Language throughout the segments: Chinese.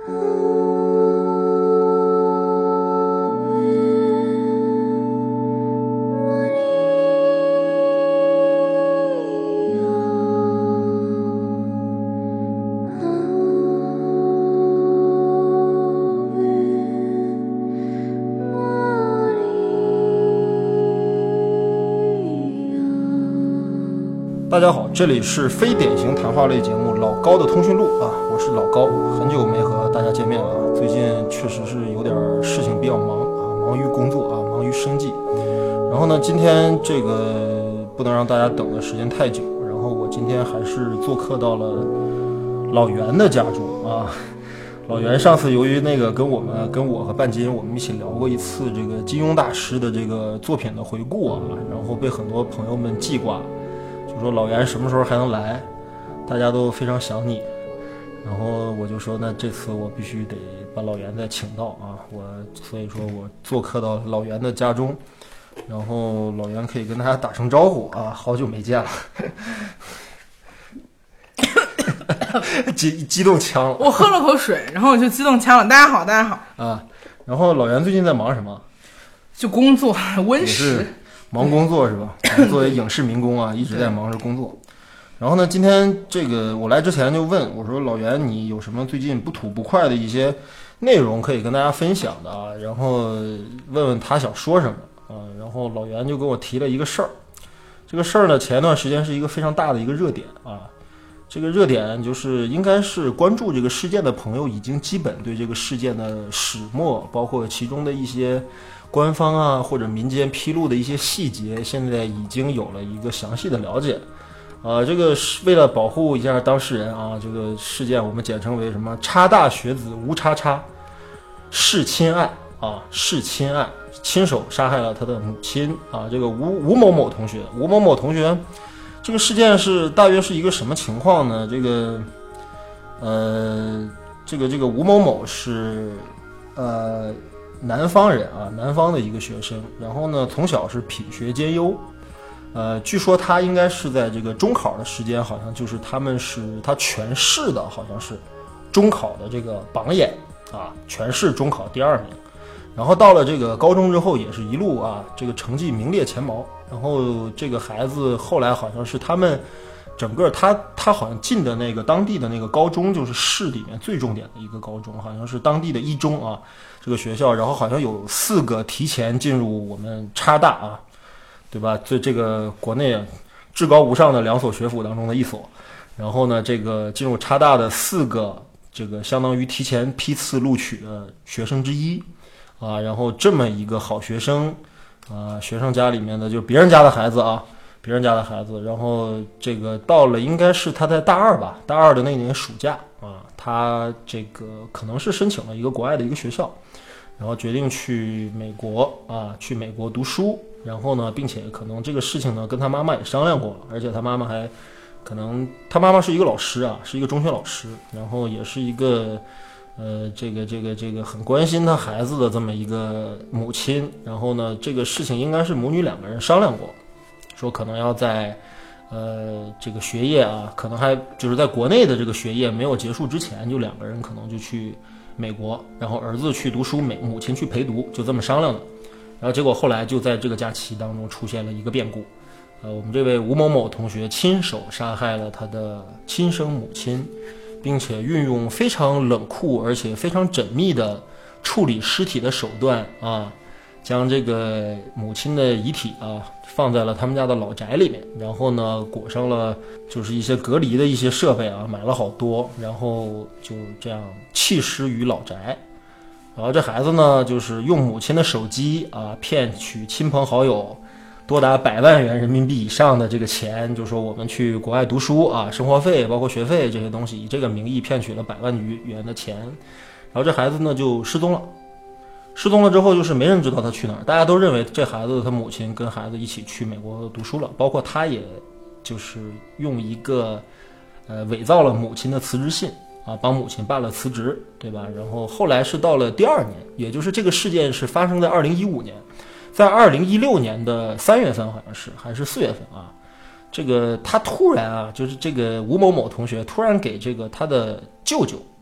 大家好，这里是非典型谈话类节目老高的通讯录啊，我是老高，很久没和大家见面了啊。最近确实是有点事情比较忙啊，忙于工作啊，忙于生计。然后呢，今天这个不能让大家等的时间太久，然后我今天还是做客到了老袁的家中啊。老袁上次由于那个跟我和半斤我们一起聊过一次这个金庸大师的这个作品的回顾啊，然后被很多朋友们记挂。就说老袁什么时候还能来，大家都非常想你。然后我就说那这次我必须得把老袁再请到啊，所以说我做客到老袁的家中，然后老袁可以跟大家打声招呼啊，好久没见了。激动呛了， 我喝了口水，然后我就激动呛了。大家好，大家好啊。然后老袁最近在忙什么？ 就工作，温室。 忙工作是吧？作为影视民工啊，一直在忙着工作。然后呢，今天这个我来之前就问我说：“老袁，你有什么最近不吐不快的一些内容可以跟大家分享的啊？”然后问问他想说什么啊？然后老袁就跟我提了一个事儿。这个事儿呢，前一段时间是一个非常大的一个热点啊。这个热点就是应该是关注这个事件的朋友已经基本对这个事件的始末，包括其中的一些官方啊或者民间披露的一些细节，现在已经有了一个详细的了解。这个是为了保护一下当事人啊，这个事件我们简称为什么？叉大学子吴叉叉弑亲案啊，弑亲案，亲手杀害了他的母亲啊。这个吴某某同学，这个事件是大约是一个什么情况呢？这个吴某某是南方人啊，南方的一个学生，然后呢从小是品学兼优，据说他应该是在这个中考的时间，好像就是他全市的好像是中考的这个榜眼啊，全市中考第2名。然后到了这个高中之后，也是一路啊，这个成绩名列前茅。然后这个孩子后来好像是他们整个他好像进的那个当地的那个高中，就是市里面最重点的一个高中，好像是当地的一中啊，这个学校。然后好像有4个提前进入我们叉大啊，对吧？这个国内至高无上的2所学府当中的一所。然后呢，这个进入叉大的4个，这个相当于提前批次录取的学生之一。啊，然后这么一个好学生，学生家里面的就是别人家的孩子啊，然后这个到了应该是他在大2的那年暑假啊，他这个可能是申请了一个国外的一个学校，然后决定去美国读书，然后呢，并且可能这个事情呢跟他妈妈也商量过了，而且他妈妈是一个老师啊，是一个中学老师，然后也是一个。这个很关心他孩子的这么一个母亲，然后呢，这个事情应该是母女2个人商量过，说可能要在这个学业啊，可能还就是在国内的这个学业没有结束之前，就2个人可能就去美国，然后儿子去读书，母亲去陪读，就这么商量的。然后结果后来就在这个假期当中出现了一个变故，我们这位吴某某同学亲手杀害了他的亲生母亲。并且运用非常冷酷而且非常缜密的处理尸体的手段啊，将这个母亲的遗体啊放在了他们家的老宅里面，然后呢裹上了就是一些隔离的一些设备啊，买了好多，然后就这样弃尸于老宅。然后这孩子呢就是用母亲的手机啊骗取亲朋好友多达100万元人民币以上的这个钱，就说我们去国外读书啊，生活费包括学费这些东西，以这个名义骗取了100万元的钱。然后这孩子呢就失踪了之后就是没人知道他去哪儿，大家都认为这孩子他母亲跟孩子一起去美国读书了，包括他也就是用一个伪造了母亲的辞职信啊，帮母亲办了辞职，对吧？然后后来是到了第2年，也就是这个事件是发生在2015年。在2016年的3月份好像是还是4月份啊，这个他突然啊，就是这个吴某某同学突然给这个他的舅舅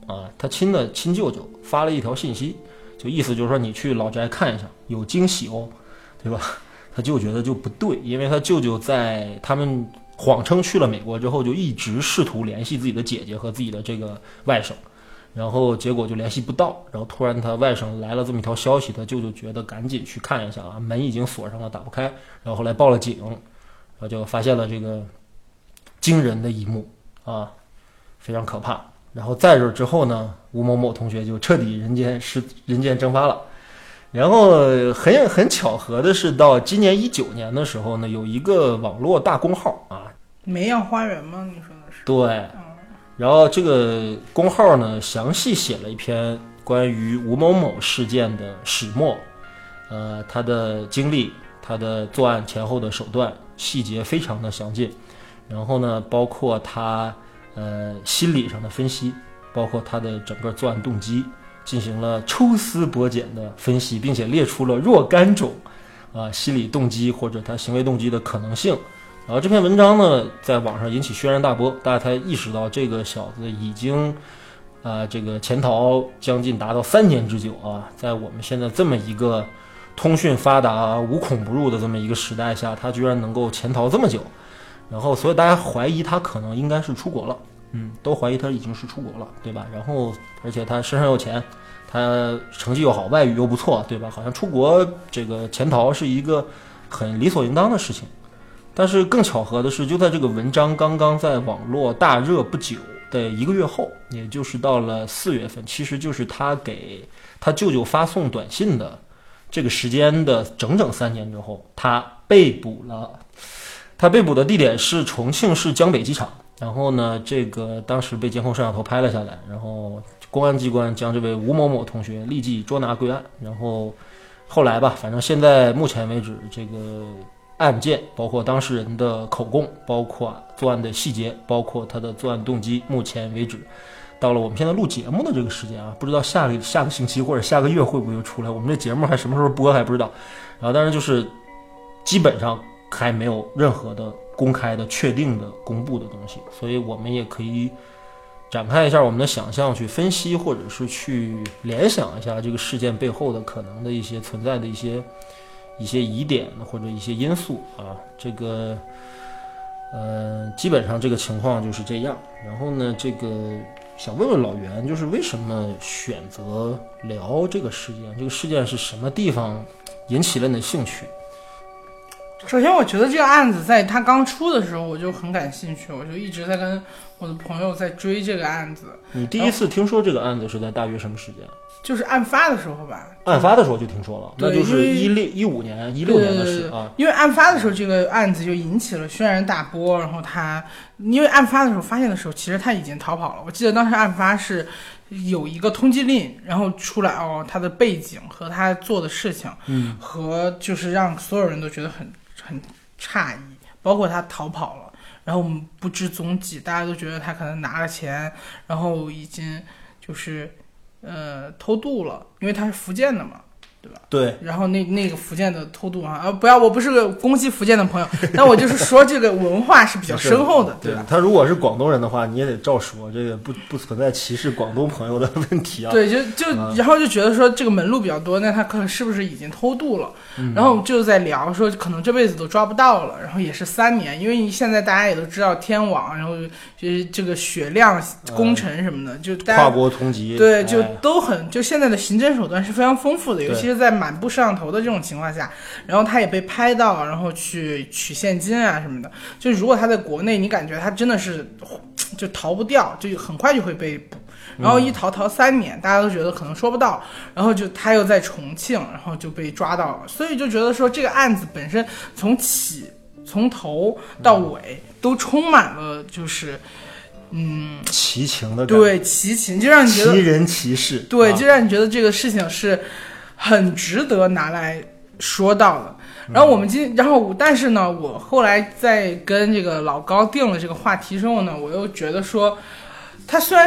啊，他亲舅舅发了一条信息，就意思就是说你去老宅看一下，有惊喜哦，对吧？他就觉得就不对，因为他舅舅在他们谎称去了美国之后，就一直试图联系自己的姐姐和自己的这个外甥，然后结果就联系不到，然后突然他外甥来了这么一条消息，他舅舅觉得赶紧去看一下啊，门已经锁上了，打不开，然后后来报了警，然后就发现了这个惊人的一幕啊，非常可怕。然后在这之后呢，吴某某同学就彻底人间蒸发了。然后很巧合的是，到今年19年的时候呢，有一个网络大公号啊， 梅样花园吗？你说的是？ 对。然后这个公号呢，详细写了一篇关于吴某某事件的始末，他的经历，他的作案前后的手段，细节非常的详尽。然后呢，包括他心理上的分析，包括他的整个作案动机，进行了抽丝剥茧的分析，并且列出了若干种心理动机或者他行为动机的可能性。然后这篇文章呢，在网上引起轩然大波，大家才意识到这个小子已经这个潜逃将近达到3年之久啊，在我们现在这么一个通讯发达、无孔不入的这么一个时代下，他居然能够潜逃这么久。然后所以大家怀疑他可能应该是出国了，都怀疑他已经是出国了，对吧？然后而且他身上有钱，他成绩又好，外语又不错，对吧？好像出国这个潜逃是一个很理所应当的事情。但是更巧合的是，就在这个文章刚刚在网络大热不久的1个月后，也就是到了4月份，其实就是他给他舅舅发送短信的这个时间的整整3年之后，他被捕了。他被捕的地点是重庆市江北机场，然后呢，这个当时被监控摄像头拍了下来，然后公安机关将这位吴某某同学立即捉拿归案。然后后来吧，反正现在目前为止，这个案件包括当事人的口供，包括作案的细节，包括他的作案动机，目前为止到了我们现在录节目的这个时间啊，不知道下个星期或者下个月会不会出来，我们这节目还什么时候播还不知道。然后当然就是基本上还没有任何的公开的确定的公布的东西，所以我们也可以展开一下我们的想象，去分析或者是去联想一下这个事件背后的可能的一些存在的一些疑点或者一些因素啊。这个基本上这个情况就是这样。然后呢，这个想问问老袁，就是为什么选择聊这个事件？这个事件是什么地方引起了你的兴趣？ 首先我觉得这个案子在他刚出的时候我就很感兴趣，我就一直在跟我的朋友在追这个案子。 你第一次听说这个案子是在大约什么时间？ 就是案发的时候吧。 案发的时候就听说了，那就是16年的事啊。 因为案发的时候这个案子就引起了轩然大波，然后他因为案发的时候发现的时候，其实他已经逃跑了。我记得当时案发是有一个通缉令，然后出来他的背景和他做的事情，和就是让所有人都觉得很诧异，包括他逃跑了，然后我们不知踪迹，大家都觉得他可能拿了钱，然后已经就是偷渡了，因为他是福建的嘛，对吧？ 对。 然后那个福建的偷渡不要，我不是个攻击福建的朋友，但我就是说这个文化是比较深厚的，对吧？ 他如果是广东人的话，你也得照说，这个不存在歧视广东朋友的问题啊。 对，然后就觉得说这个门路比较多，那他可能是不是已经偷渡了？然后就在聊说可能这辈子都抓不到了，然后也是3年，因为现在大家也都知道天网，然后就是这个血量工程什么的，就大家跨国通缉， 对，就都很就现在的刑侦手段是非常丰富的，尤其是在满布摄像头的这种情况下，然后他也被拍到，然后去取现金啊什么的。就如果他在国内，你感觉他真的是就逃不掉，就很快就会被捕。然后一逃3年，大家都觉得可能说不到，然后就他又在重庆，然后就被抓到了，所以就觉得说这个案子本身从头到尾都充满了就是奇情的感觉， 对，奇情，就让你觉得奇人奇事， 对，就让你觉得这个事情是很值得拿来说到的。然后但是呢，我后来在跟这个老高定了这个话题之后呢，我又觉得说他虽然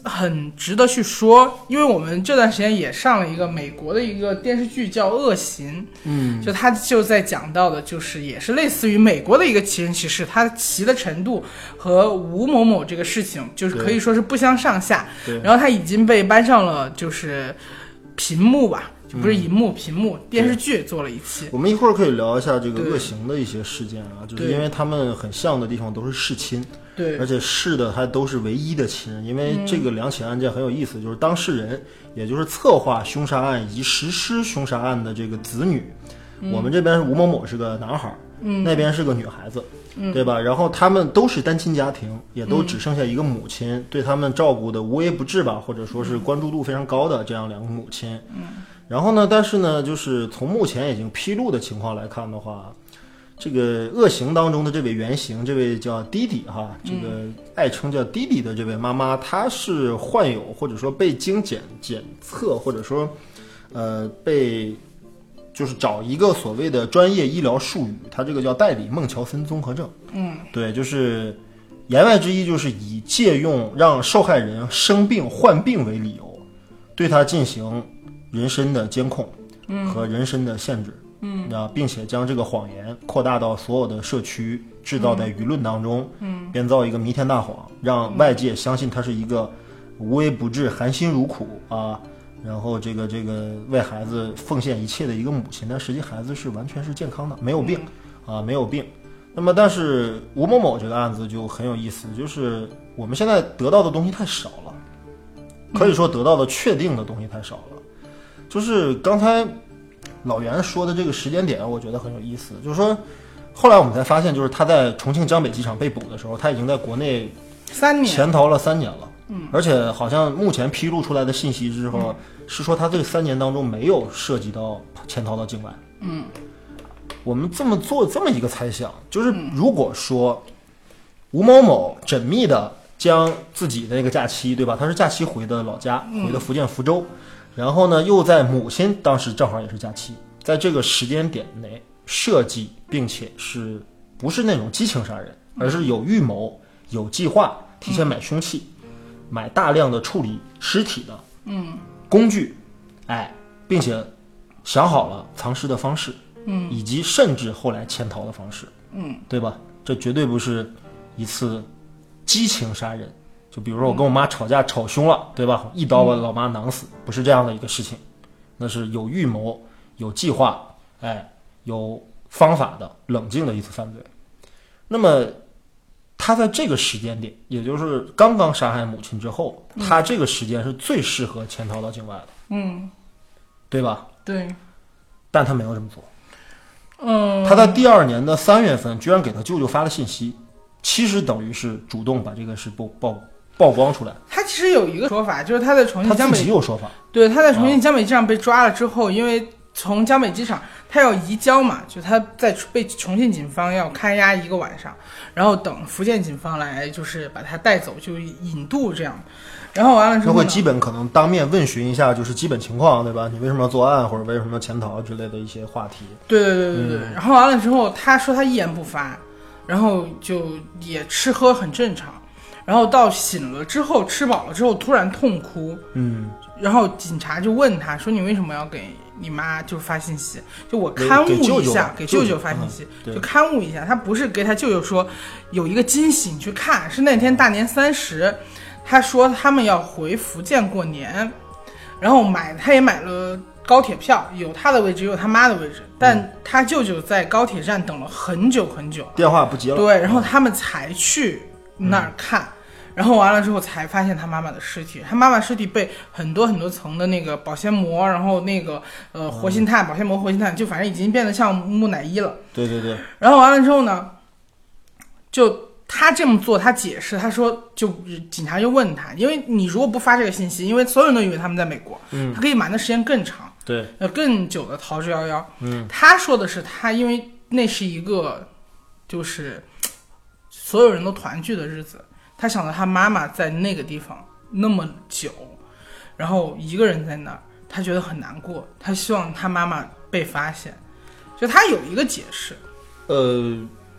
很值得去说，因为我们这段时间也上了一个美国的一个电视剧叫《恶行》，就他就在讲到的，就是也是类似于美国的一个奇人奇事，他奇的程度和吴某某这个事情就是可以说是不相上下，然后他已经被搬上了就是屏幕吧。就不是荧幕，屏幕电视剧做了一期。 我们一会儿可以聊一下这个恶行的一些事件啊，就是因为他们很像的地方都是弑亲， 对， 而且弑的还都是唯一的亲人。因为这个两起案件很有意思，就是当事人，也就是策划凶杀案以及实施凶杀案的这个子女，我们这边吴某某是个男孩，那边是个女孩子。对吧？然后他们都是单亲家庭，也都只剩下一个母亲，对他们照顾的无微不至吧，或者说是关注度非常高的这样两个母亲。然后呢，但是呢，就是从目前已经披露的情况来看的话，这个恶行当中的这位原型，这位叫弟弟哈，这个爱称叫弟弟的这位妈妈，她是患有或者说被经检测，或者说被。就是找一个所谓的专业医疗术语，它这个叫代理孟乔森综合症。对，就是言外之意就是以借用让受害人生病患病为理由，对他进行人身的监控和人身的限制。并且将这个谎言扩大到所有的社区，制造在舆论当中，编造一个弥天大谎，让外界相信他是一个无微不至、含辛茹苦啊。然后这个为孩子奉献一切的一个母亲，但实际孩子是完全是健康的，没有病没有病。那么但是吴某某这个案子就很有意思，就是我们现在得到的东西太少了，可以说得到的确定的东西太少了。就是刚才老袁说的这个时间点，我觉得很有意思，就是说后来我们才发现，就是他在重庆江北机场被捕的时候，他已经在国内 3年潜逃了3年了。而且好像目前披露出来的信息之后，是说他这3年当中没有涉及到潜逃到境外。我们这么一个猜想，就是如果说吴某某缜密的将自己的那个假期，对吧？他是假期回的老家，回的福建福州，然后呢又在母亲当时正好也是假期，在这个时间点内设计，并且是不是那种激情杀人，而是有预谋、有计划，提前买凶器。买大量的处理尸体的工具，并且想好了藏尸的方式，以及甚至后来潜逃的方式，对吧？这绝对不是一次激情杀人。就比如说我跟我妈吵架吵凶了，对吧？一刀把老妈囊死，不是这样的一个事情，那是有预谋、有计划，有方法的冷静的一次犯罪。那么他在这个时间点，也就是刚刚杀害母亲之后，他这个时间是最适合潜逃到境外的，对吧？ 对， 但他没有这么做。他在第2年的3月份，居然给他舅舅发了信息，其实等于是主动把这个事曝光出来。他其实有一个说法，就是他在重庆江北， 他自己有说法， 对，他在重庆江北机场被抓了之后，因为从江北机场他要移交嘛，就他在被重庆警方要看押1个晚上，然后等福建警方来就是把他带走，就引渡这样。然后完了之后会基本可能当面问询一下就是基本情况，对吧？你为什么要作案，或者为什么要潜逃之类的一些话题。 对。然后完了之后他说他一言不发，然后就也吃喝很正常，然后到醒了之后吃饱了之后突然痛哭，然后警察就问他说你为什么要给你妈就发信息，就我刊物一下，给舅舅发信息，就刊物一下，他不是给他舅舅说有一个惊喜你去看，是那天大年30，他说他们要回福建过年，然后他也买了高铁票，有他的位置，也有他妈的位置，但他舅舅在高铁站等了很久很久， 电话不接了， 对，然后他们才去那儿看。然后完了之后才发现他妈妈的尸体，他妈妈尸体被很多很多层的那个保鲜膜，然后那个活性炭，保鲜膜活性炭，就反正已经变得像木乃伊了。 对。 然后完了之后呢，就他这么做，他解释，他说就警察就问他，因为你如果不发这个信息，因为所有人都以为他们在美国，他可以瞒的时间更长， 对， 更久的逃之夭夭。他说的是他因为那是一个就是所有人都团聚的日子。他想到他妈妈在那个地方那么久，然后一个人在那儿，他觉得很难过，他希望他妈妈被发现，就他有一个解释。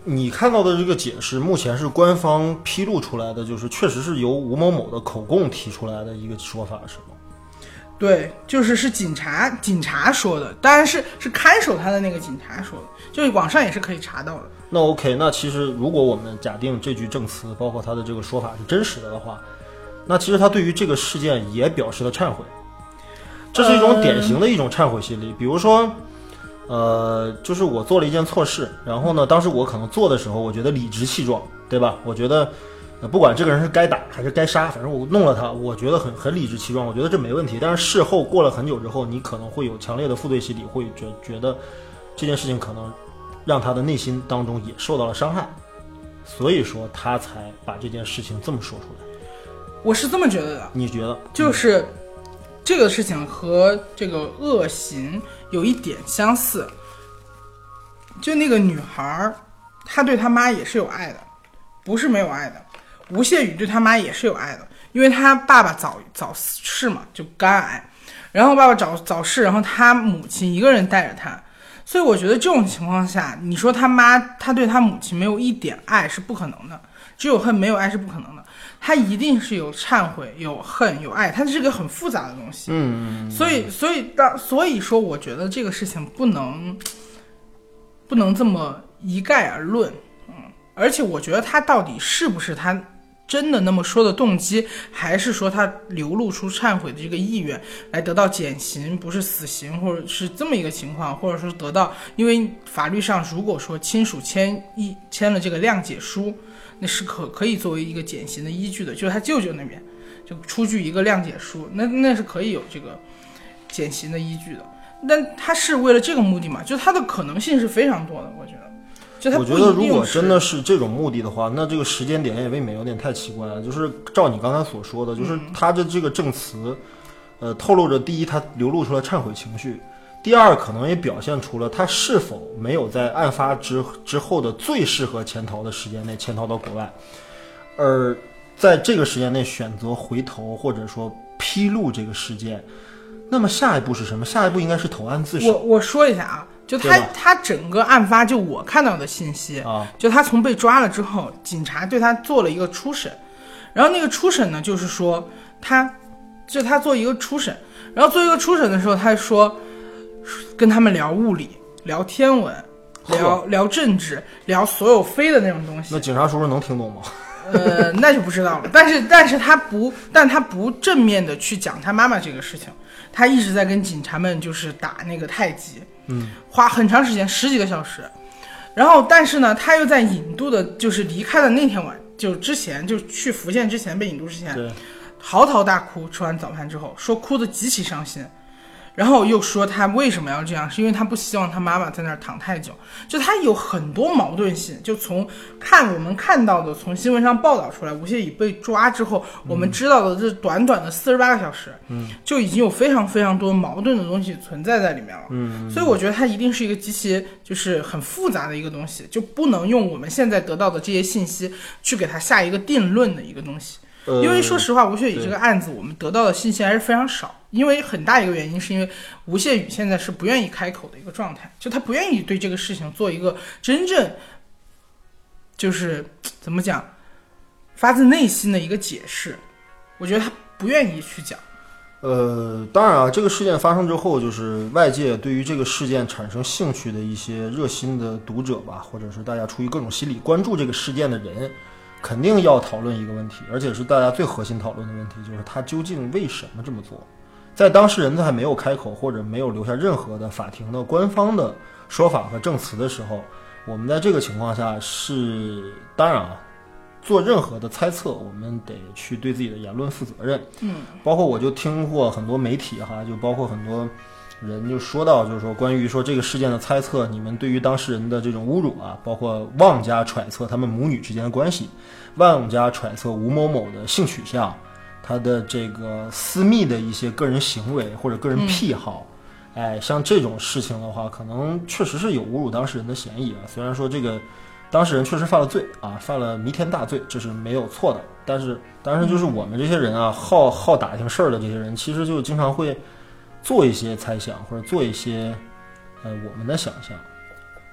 你看到的这个解释，目前是官方披露出来的，就是确实是由吴某某的口供提出来的一个说法，是吗？ 对，是警察说的，当然是看守他的那个警察说的，就是网上也是可以查到的。 那 OK， 那其实如果我们假定这句证词，包括他的这个说法是真实的话，那其实他对于这个事件也表示了忏悔，这是一种典型的一种忏悔心理。比如说，就是我做了一件错事，然后呢，当时我可能做的时候，我觉得理直气壮，对吧？我觉得。不管这个人是该打还是该杀，反正我弄了他，我觉得很理直气壮，我觉得这没问题。但是事后过了很久之后，你可能会有强烈的负罪心理，会觉得这件事情可能让他的内心当中也受到了伤害，所以说他才把这件事情这么说出来。 我是这么觉得的。 你觉得？ 就是这个事情和这个恶行有一点相似，就那个女孩，她对她妈也是有爱的，不是没有爱的。吴谢宇对他妈也是有爱的，因为他爸爸早逝嘛，就肝癌，然后爸爸早逝，然后他母亲一个人带着他，所以我觉得这种情况下，你说他对他母亲没有一点爱是不可能的，只有恨没有爱是不可能的，他一定是有忏悔、有恨、有爱，它是个很复杂的东西。所以说，我觉得这个事情不能这么一概而论。而且我觉得他到底是不是他真的那么说的动机，还是说他流露出忏悔的这个意愿来得到减刑，不是死刑，或者是这么一个情况，或者说得到，因为法律上如果说亲属签了这个谅解书，那是可以作为一个减刑的依据的，就是他舅舅那边就出具一个谅解书，那是可以有这个减刑的依据的。但他是为了这个目的嘛？就他的可能性是非常多的，我觉得。 我觉得如果真的是这种目的的话，那这个时间点也未免有点太奇怪了。就是照你刚才所说的，就是他的这个证词，透露着第一，他流露出了忏悔情绪；第二，可能也表现出了他是否没有在案发之后的最适合潜逃的时间内潜逃到国外，而在这个时间内选择回头或者说披露这个事件。那么下一步是什么？下一步应该是投案自首。 我说一下啊。就他整个案发，就我看到的信息啊， 就他从被抓了之后，警察对他做了一个初审，然后那个初审呢，就是说他做一个初审，然后做一个初审的时候，他说跟他们聊物理、聊天文、聊政治、聊所有非的那种东西。 那警察叔叔能听懂吗？ 那就不知道了。但是他不正面的去讲他妈妈这个事情，他一直在跟警察们就是打那个太极。花很长时间，10几个小时，然后但是呢，他又在引渡的，就是离开的那天晚，就之前就去福建之前被引渡之前，嚎啕大哭，吃完早饭之后说哭得极其伤心，然后又说他为什么要这样，是因为他不希望他妈妈在那儿躺太久，就他有很多矛盾性。就从我们看到的，从新闻上报道出来，吴谢宇被抓之后，我们知道的这短短的48个小时，就已经有非常非常多矛盾的东西存在在里面了。所以我觉得它一定是一个极其就是很复杂的一个东西，就不能用我们现在得到的这些信息去给它下一个定论的一个东西。因为说实话，吴谢宇这个案子我们得到的信息还是非常少，因为很大一个原因是因为吴谢宇现在是不愿意开口的一个状态，就他不愿意对这个事情做一个真正就是怎么讲发自内心的一个解释，我觉得他不愿意去讲。 当然啊，这个事件发生之后，就是外界对于这个事件产生兴趣的一些热心的读者吧，或者是大家出于各种心理关注这个事件的人，肯定要讨论一个问题，而且是大家最核心讨论的问题，就是他究竟为什么这么做。在当事人还没有开口或者没有留下任何的法庭的官方的说法和证词的时候，我们在这个情况下是当然啊，做任何的猜测，我们得去对自己的言论负责任。包括我就听过很多媒体哈，就包括很多人就说到，就是说关于说这个事件的猜测，你们对于当事人的这种侮辱啊，包括妄加揣测他们母女之间的关系，妄加揣测吴某某的性取向，他的这个私密的一些个人行为或者个人癖好，像这种事情的话，可能确实是有侮辱当事人的嫌疑啊。虽然说这个当事人确实犯了罪啊，犯了弥天大罪，这是没有错的。但是就是我们这些人啊，好打听事儿的这些人，其实就经常会做一些猜想，或者做一些我们的想象。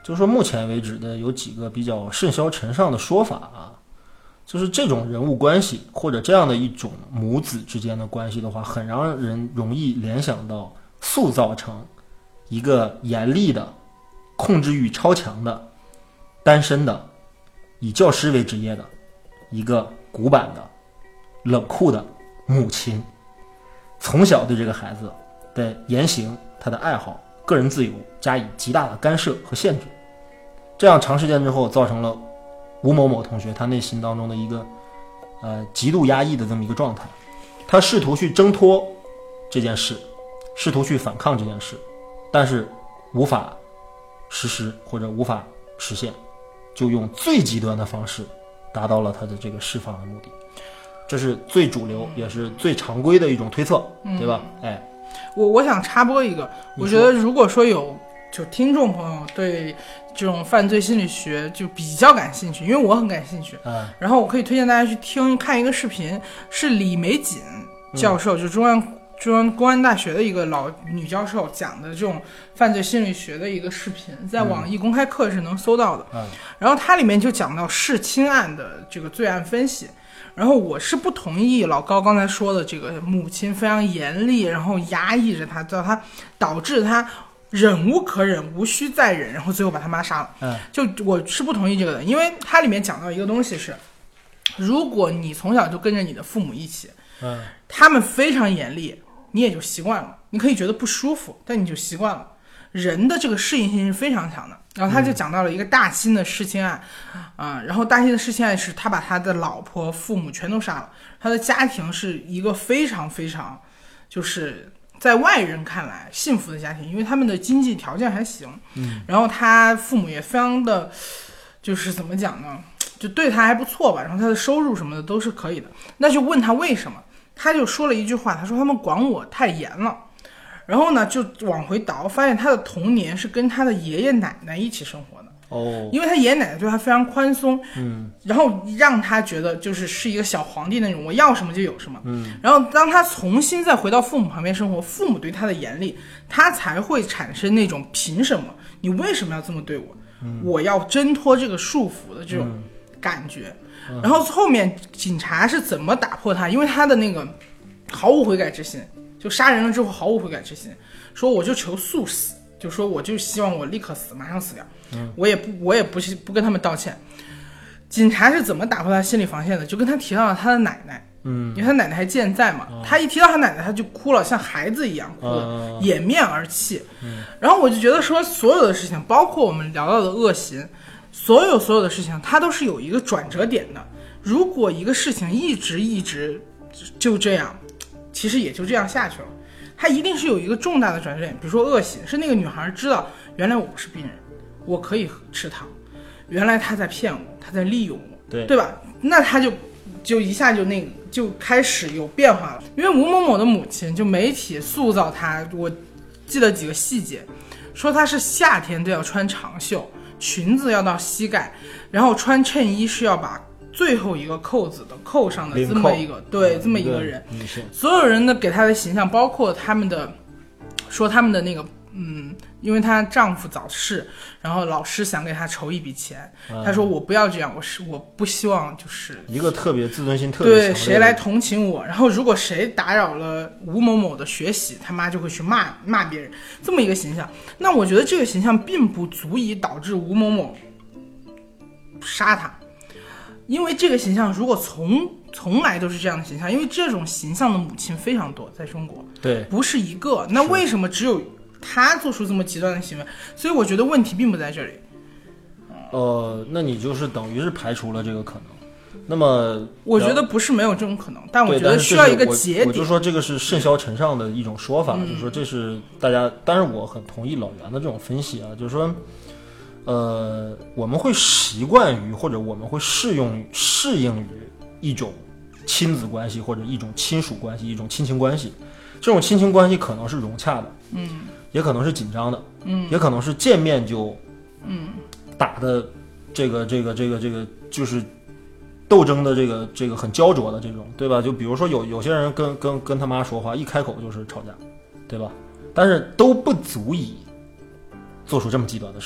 就是说目前为止的有几个比较甚嚣尘上的说法啊，就是这种人物关系或者这样的一种母子之间的关系的话，很让人容易联想到塑造成一个严厉的、控制欲超强的、单身的、以教师为职业的一个古板的、冷酷的母亲，从小对这个孩子的言行、他的爱好、个人自由加以极大的干涉和限制，这样长时间之后，造成了吴某某同学他内心当中的一个极度压抑的这么一个状态。他试图去挣脱这件事，试图去反抗这件事，但是无法实施或者无法实现，就用最极端的方式达到了他的这个释放的目的。这是最主流也是最常规的一种推测，对吧？哎， 我想插播一个，我觉得如果说有就听众朋友对这种犯罪心理学就比较感兴趣，因为我很感兴趣，然后我可以推荐大家去看一个视频，是李玫瑾教授，就中央公安大学的一个老女教授讲的这种犯罪心理学的一个视频，在网易公开课是能搜到的。然后它里面就讲到弑亲案的这个罪案分析。然后我是不同意老高刚才说的这个母亲非常严厉，然后压抑着他，导致他忍无可忍，无需再忍，然后最后把他妈杀了。就我是不同意这个的，因为它里面讲到一个东西是，如果你从小就跟着你的父母一起，他们非常严厉，你也就习惯了，你可以觉得不舒服，但你就习惯了。人的这个适应性是非常强的。然后他就讲到了一个大兴的弑亲案，然后大兴的弑亲案是他把他的老婆、父母全都杀了，他的家庭是一个非常非常，就是在外人看来幸福的家庭，因为他们的经济条件还行，然后他父母也非常的，就是怎么讲呢，就对他还不错吧，然后他的收入什么的都是可以的。那就问他为什么，他就说了一句话，他说他们管我太严了。然后呢，就往回倒，发现他的童年是跟他的爷爷奶奶一起生活的。因为他爷爷奶奶对他非常宽松，然后让他觉得是一个小皇帝那种，我要什么就有什么。然后当他重新再回到父母旁边生活，父母对他的严厉，他才会产生那种凭什么？你为什么要这么对我？我要挣脱这个束缚的这种感觉。然后后面警察是怎么打破他？因为他的那个毫无悔改之心。就杀人了之后毫无悔改之心，说我就求速死，就说我就希望我立刻死，马上死掉，我也不跟他们道歉。警察是怎么打破他心理防线的？就跟他提到了他的奶奶，因为他奶奶还健在嘛，他一提到他奶奶他就哭了，像孩子一样哭了，掩面而泣。然后我就觉得说，所有的事情，包括我们聊到的恶行，所有的事情，它都是有一个转折点的。如果一个事情一直就这样，其实也就这样下去了，他一定是有一个重大的转折点。比如说恶行，是那个女孩知道原来我不是病人，我可以吃糖，原来他在骗我，他在利用我，对吧？那他就一下就开始有变化了。因为吴某某的母亲，就媒体塑造她，我记得几个细节，说她是夏天都要穿长袖，裙子要到膝盖，然后穿衬衣是要把最后一个扣子的扣上的这么一个这么一个人，所有人的给她的形象，包括他们的那个因为她丈夫早逝，然后老师想给她筹一笔钱，她说我不要这样，我不希望就是一个特别自尊心特别强， 对谁来同情我，然后如果谁打扰了吴某某的学习，他妈就会去骂别人，这么一个形象。那我觉得这个形象并不足以导致吴某某杀他。因为这个形象如果从来都是这样的形象，因为这种形象的母亲非常多，在中国， 对， 不是一个，那为什么只有他做出这么极端的行为？所以我觉得问题并不在这里。 那你就是等于是排除了这个可能。那么我觉得不是没有这种可能，但我觉得需要一个节点。 我就说这个是甚嚣尘上的一种说法，就是说这是大家，但是我很同意老袁的这种分析啊，就是说。我们会习惯于或者我们会适应于一种亲子关系或者一种亲属关系，一种亲情关系。这种亲情关系可能是融洽的，也可能是紧张的，也可能是见面就打的这个就是斗争的这个很焦灼的这种，对吧？就比如说有些人跟他妈说话，一开口就是吵架，对吧？但是都不足以做出这么极端的事来。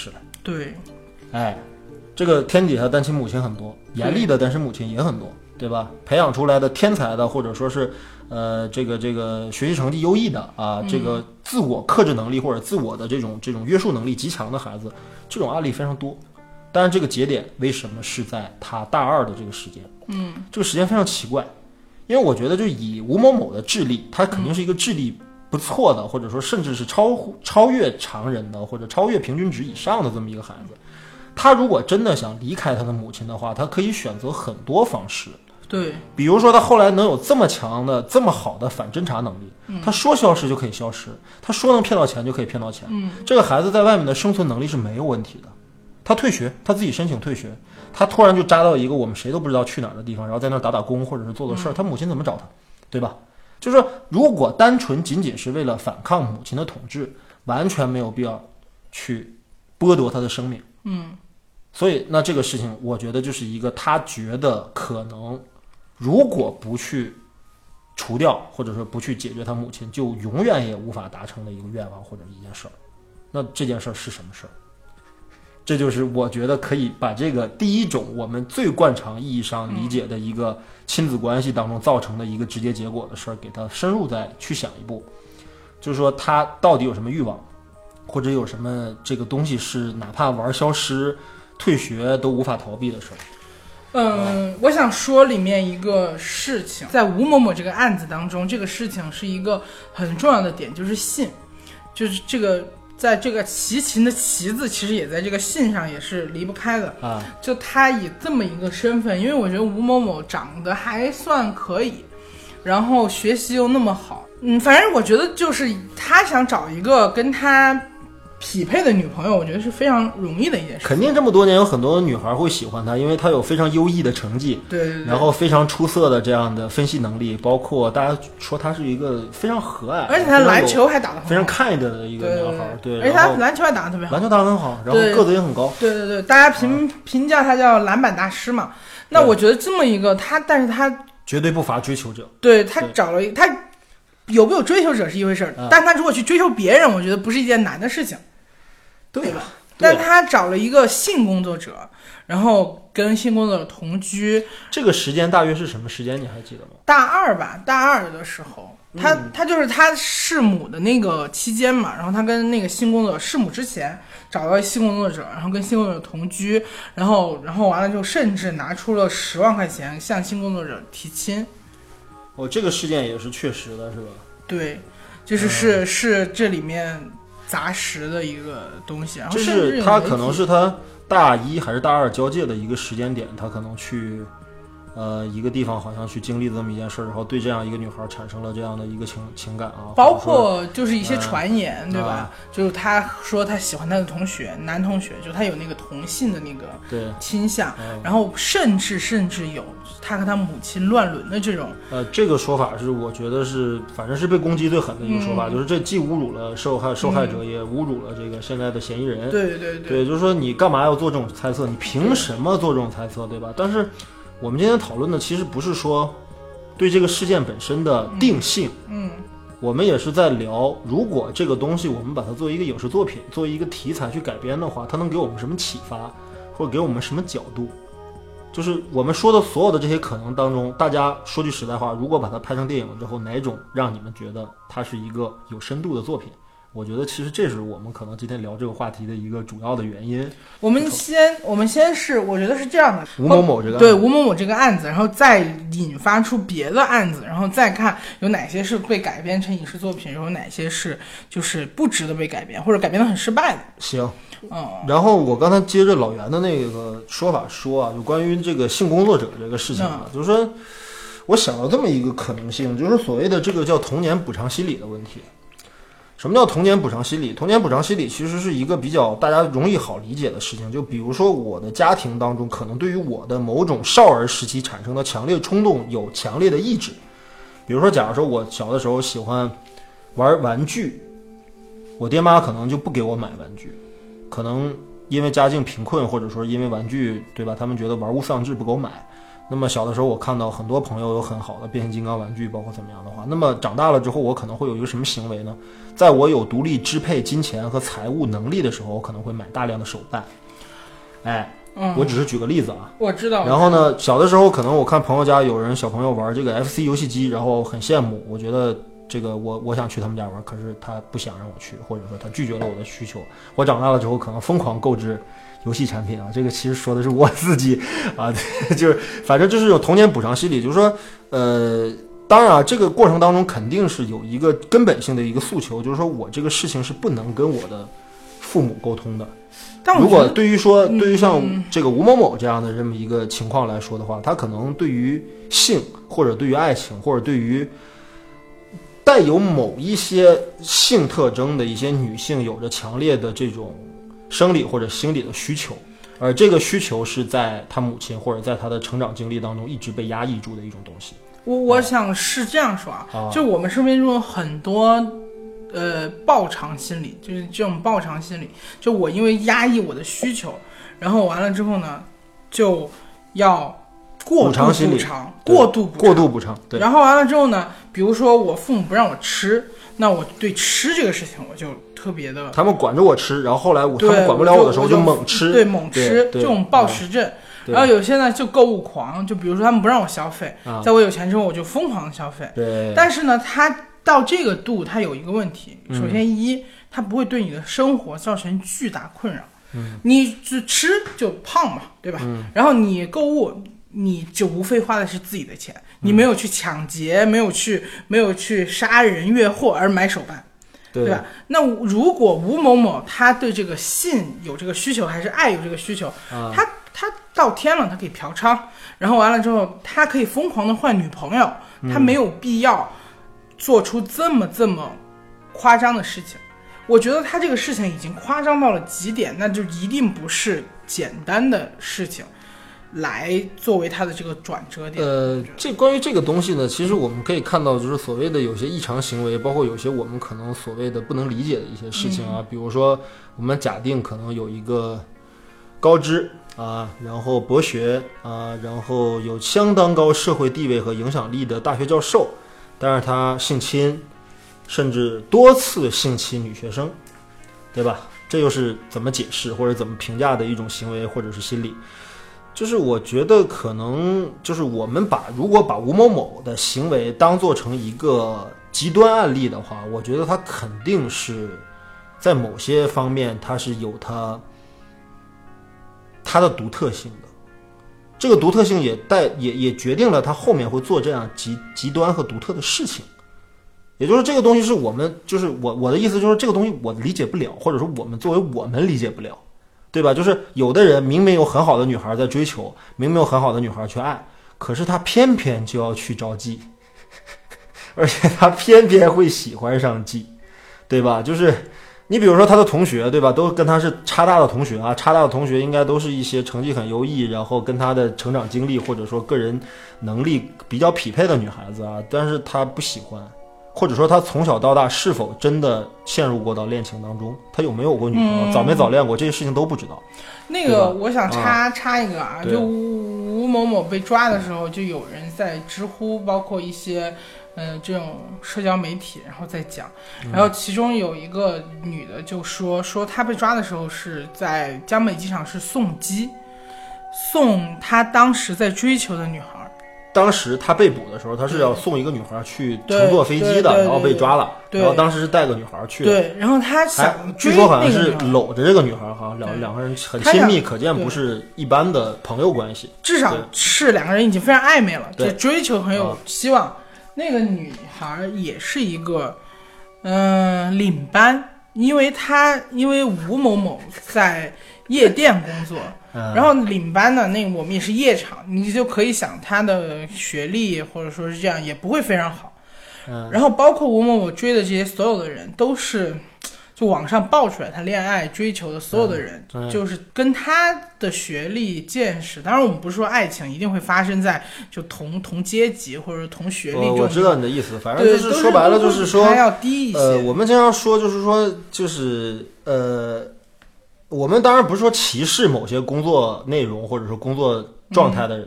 对， 哎，这个天底下单亲母亲很多，严厉的单亲母亲也很多，对吧？培养出来的天才的，或者说是这个学习成绩优异的啊，这个自我克制能力或者自我的这种约束能力极强的孩子，这种案例非常多。但是这个节点为什么是在他大二的这个时间？这个时间非常奇怪，因为我觉得就以吴某某的智力，他肯定是一个智力不错的，或者说甚至是超越常人的，或者超越平均值以上的这么一个孩子。他如果真的想离开他的母亲的话，他可以选择很多方式。 对， 比如说他后来能有这么强的、这么好的反侦查能力，他说消失就可以消失，他说能骗到钱就可以骗到钱。这个孩子在外面的生存能力是没有问题的。他退学，他自己申请退学，他突然就扎到一个我们谁都不知道去哪儿的地方，然后在那儿打工或者是做事儿，他母亲怎么找他，对吧？就是说，如果单纯仅仅是为了反抗母亲的统治，完全没有必要去剥夺他的生命。所以那这个事情，我觉得就是一个他觉得可能，如果不去除掉，或者说不去解决他母亲，就永远也无法达成的一个愿望或者一件事儿。那这件事儿是什么事儿？这就是我觉得可以把这个第一种我们最惯常意义上理解的一个亲子关系当中造成的一个直接结果的事儿，给他深入再去想一步，就是说他到底有什么欲望，或者有什么这个东西是哪怕玩消失、退学都无法逃避的事儿。 我想说里面一个事情，在吴某某这个案子当中，这个事情是一个很重要的点，就是信，就是这个。在这个齐秦的齐字，其实也在这个信上也是离不开的啊。 就他以这么一个身份，因为我觉得吴某某长得还算可以，然后学习又那么好，反正我觉得就是他想找一个跟他匹配的女朋友，我觉得是非常容易的一件事。 肯定这么多年有很多女孩会喜欢他，因为他有非常优异的成绩， 对， 然后非常出色的这样的分析能力，包括大家说他是一个非常和蔼， 而且他篮球还打得很好， 非常 kind 的一个男孩，对， 而且他篮球还打得特别好， 篮球打得很好，然后个子也很高， 对，大家评价他叫篮板大师嘛。那我觉得这么一个他，但是他绝对不乏追求者， 对他找了他有没有追求者是一回事，但他如果去追求别人，我觉得不是一件难的事情。对吧？但他找了一个性工作者，然后跟性工作者同居。 这个时间大约是什么时间？你还记得吗？ 大二吧，大二的时候，他就是他弑母的那个期间嘛，然后他跟那个性工作者弑母之前找到性工作者，然后跟性工作者同居，然后完了之后，甚至拿出了10万块钱向性工作者提亲。 这个事件也是确实的，是吧？ 对，就是是这里面杂实的一个东西，然后就是他可能是他大一还是大二交界的一个时间点，他可能去一个地方好像去经历这么一件事，然后对这样一个女孩产生了这样的一个情感啊， 包括就是一些传言，对吧？就是他说他喜欢他的同学，男同学，就他有那个同性的那个倾向，然后甚至有他和他母亲乱伦的这种。 这个说法是我觉得是反正是被攻击最狠的一个说法，就是这既侮辱了受害者，也侮辱了这个现在的嫌疑人。 对， 就是说你干嘛要做这种猜测？你凭什么做这种猜测，对吧？但是我们今天讨论的其实不是说对这个事件本身的定性，我们也是在聊，如果这个东西我们把它作为一个影视作品，作为一个题材去改编的话，它能给我们什么启发，或者给我们什么角度？就是我们说的所有的这些可能当中，大家说句实在话，如果把它拍成电影了之后，哪种让你们觉得它是一个有深度的作品？我觉得其实这是我们可能今天聊这个话题的一个主要的原因。我们先是我觉得是这样的， 吴某某这个案子， 对吴某某这个案子，然后再引发出别的案子，然后再看有哪些是被改编成影视作品，然后哪些是就是不值得被改编或者改编得很失败的。 行，然后我刚才接着老袁的那个说法说啊，就关于这个性工作者这个事情啊，就是说我想到这么一个可能性，就是所谓的这个叫童年补偿心理的问题。什么叫童年补偿心理？童年补偿心理其实是一个比较大家容易好理解的事情。就比如说我的家庭当中，可能对于我的某种少儿时期产生的强烈冲动有强烈的抑制。比如说，假如说我小的时候喜欢玩玩具，我爹妈可能就不给我买玩具，可能因为家境贫困，或者说因为玩具，对吧？他们觉得玩物丧志不给我买。 那么小的时候我看到很多朋友有很好的变形金刚玩具，包括怎么样的话，那么长大了之后我可能会有一个什么行为呢？在我有独立支配金钱和财务能力的时候，我可能会买大量的手办。我只是举个例子啊， 我知道。 然后呢，小的时候可能我看朋友家有人小朋友玩这个 FC 游戏机，然后很羡慕，我觉得这个我想去他们家玩，可是他不想让我去，或者说他拒绝了我的需求。我长大了之后可能疯狂购置游戏产品啊，这个其实说的是我自己啊，就是反正就是有童年补偿心理，就是说当然啊，这个过程当中肯定是有一个根本性的一个诉求，就是说我这个事情是不能跟我的父母沟通的。如果对于像这个吴某某这样的这么一个情况来说的话，他可能对于性或者对于爱情或者对于带有某一些性特征的一些女性有着强烈的这种生理或者心理的需求，而这个需求是在他母亲或者在他的成长经历当中一直被压抑住的一种东西。 我想是这样说啊，就我们身边中有很多报偿心理，就是这种报偿心理，就我因为压抑我的需求，然后完了之后呢，就要过度补偿，过度补偿， 对。 然后完了之后呢，比如说我父母不让我吃，那我对吃这个事情我就特别的， 他们管着我吃，然后后来他们管不了我的时候就猛吃， 对，猛吃，这种暴食症。然后有些呢就购物狂，就比如说他们不让我消费，在我有钱之后我就疯狂的消费。 对。 但是呢，他到这个度，它有一个问题。首先它不会对你的生活造成巨大困扰。你只吃就胖嘛，对吧？然后你购物，你就无非花的是自己的钱，你没有去抢劫，没有去杀人越货而买手办，对吧？那如果吴某某他对这个性有这个需求，还是爱有这个需求，他到天了，他可以嫖娼，然后完了之后，他可以疯狂的换女朋友，他没有必要做出这么夸张的事情。我觉得他这个事情已经夸张到了极点，那就一定不是简单的事情来作为他的这个转折点。 关于这个东西呢，其实我们可以看到，就是所谓的有些异常行为，包括有些我们可能所谓的不能理解的一些事情啊，比如说我们假定可能有一个高知啊，然后博学啊，然后有相当高社会地位和影响力的大学教授，但是他性侵，甚至多次性侵女学生，对吧？这又是怎么解释或者怎么评价的一种行为或者是心理？就是我觉得可能就是我们如果把吴某某的行为当做成一个极端案例的话，我觉得他肯定是在某些方面他是有它的独特性的，这个独特性也决定了他后面会做这样极端和独特的事情。也就是这个东西是我们，就是我的意思就是这个东西我理解不了，或者说我们作为我们理解不了，对吧？就是有的人明明有很好的女孩在追求，明明有很好的女孩去爱，可是他偏偏就要去招妓，而且他偏偏会喜欢上妓，对吧？就是你比如说他的同学，对吧，都跟他是插大的同学啊，插大的同学应该都是一些成绩很优异，然后跟他的成长经历或者说个人能力比较匹配的女孩子啊，但是他不喜欢，或者说他从小到大是否真的陷入过到恋情当中，他有没有过女朋友，早没早恋过，这些事情都不知道。 那个我想插一个啊，就吴某某被抓的时候，就有人在知乎，包括一些这种社交媒体，然后在讲，然后其中有一个女的就说她被抓的时候是在江北机场是送机，送她当时在追求的女孩。 当时他被捕的时候，他是要送一个女孩去乘坐飞机的，然后被抓了，然后当时是带个女孩去的。 对，然后他想据说好像是搂着这个女孩，好像两个人很亲密，可见不是一般的朋友关系， 至少是两个人已经非常暧昧了，就追求很有希望。那个女孩也是一个领班，因为吴某某在夜店工作。然后领班呢，那我们也是夜场，你就可以想他的学历或者说是这样也不会非常好。然后包括吴某某追的这些所有的人都是就网上爆出来他恋爱追求的所有的人，就是跟他的学历见识，当然我们不是说爱情一定会发生在就同阶级或者同学历我知道你的意思，反正就是说白了就是说还要低一些。 我们经常说我们当然不是说歧视某些工作内容或者说工作状态的人，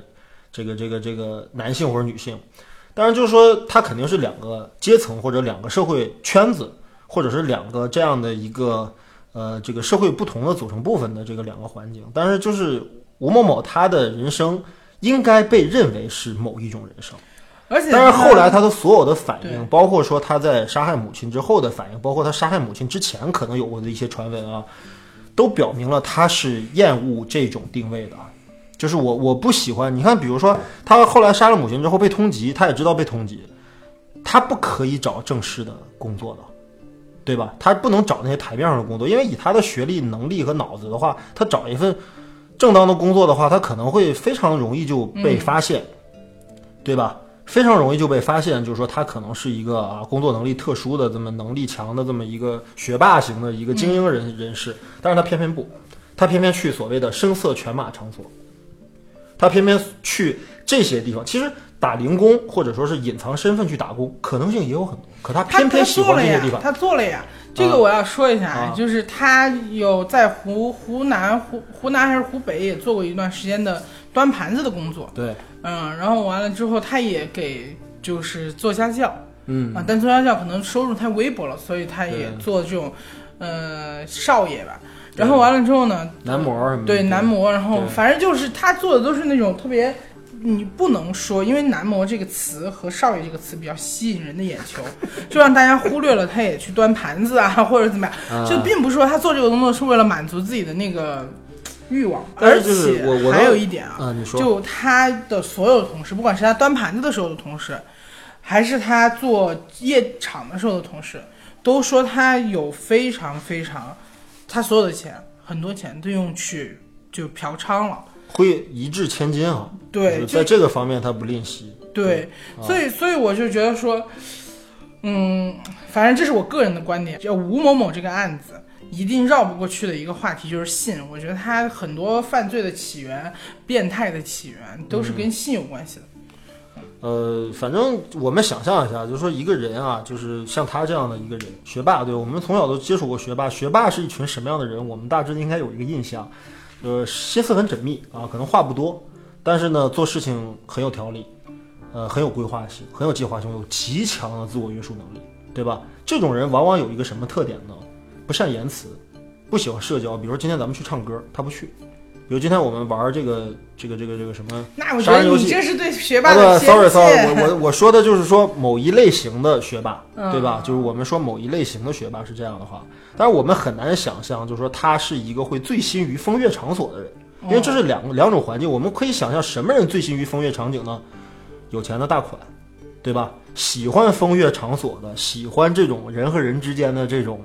这个男性或者女性。当然，就是说它肯定是两个阶层或者两个社会圈子，或者是两个这样的一个这个社会不同的组成部分的这个两个环境。但是就是吴某某他的人生应该被认为是某一种人生。 而且， 但是后来他的所有的反应，包括说他在杀害母亲之后的反应，包括他杀害母亲之前可能有过的一些传闻啊，都表明了他是厌恶这种定位的。就是我不喜欢，你看，比如说他后来杀了母亲之后被通缉，他也知道被通缉，他不可以找正式的工作的，对吧？他不能找那些台面上的工作，因为以他的学历、能力和脑子的话，他找一份正当的工作的话，他可能会非常容易就被发现，对吧？非常容易就被发现，就是说他可能是一个工作能力特殊的这么能力强的这么一个学霸型的一个精英人士，但是他偏偏不，他偏偏去所谓的声色犬马场所，他偏偏去这些地方。其实打零工或者说是隐藏身份去打工可能性也有很多，可他偏偏喜欢这些地方。 他做了呀，这个我要说一下，就是他有在湖南还是湖北也做过一段时间的端盘子的工作。 对， 然后完了之后，他也给就是做家教，但做家教可能收入太微薄了，所以他也做这种少爷吧。然后完了之后呢， 男模什么的， 对男模，然后反正就是他做的都是那种特别，你不能说，因为男模这个词和少爷这个词比较吸引人的眼球，就让大家忽略了他也去端盘子啊，或者怎么样，就并不是说他做这个工作是为了满足自己的那个欲望。而且还有一点你说， 就他的所有同事，不管是他端盘子的时候的同事，还是他做夜场的时候的同事，都说他有非常非常，他所有的钱，很多钱都用去就嫖娼了， 会一掷千金啊！ 对， 在这个方面他不吝惜。 对，所以我就觉得说，反正这是我个人的观点。就吴某某这个案子，一定绕不过去的一个话题就是性。我觉得他很多犯罪的起源、变态的起源都是跟性有关系的。 反正我们想象一下，就是说一个人啊，就是像他这样的一个人，学霸，对，我们从小都接触过学霸。学霸是一群什么样的人？我们大致应该有一个印象，心思很缜密啊，可能话不多，但是呢，做事情很有条理，很有规划性，很有计划性，有极强的自我约束能力，对吧？这种人往往有一个什么特点呢？不善言辞，不喜欢社交。比如说今天咱们去唱歌，他不去。比如今天我们玩这个什么， 那我觉得你这是对学霸的偏见。sorry， 我说的就是说某一类型的学霸，对吧？就是我们说某一类型的学霸是这样的话，但是我们很难想象，就是说他是一个会醉心于风月场所的人，因为这是两种环境。我们可以想象什么人醉心于风月场景呢？有钱的大款，对吧？喜欢风月场所的，喜欢这种人和人之间的这种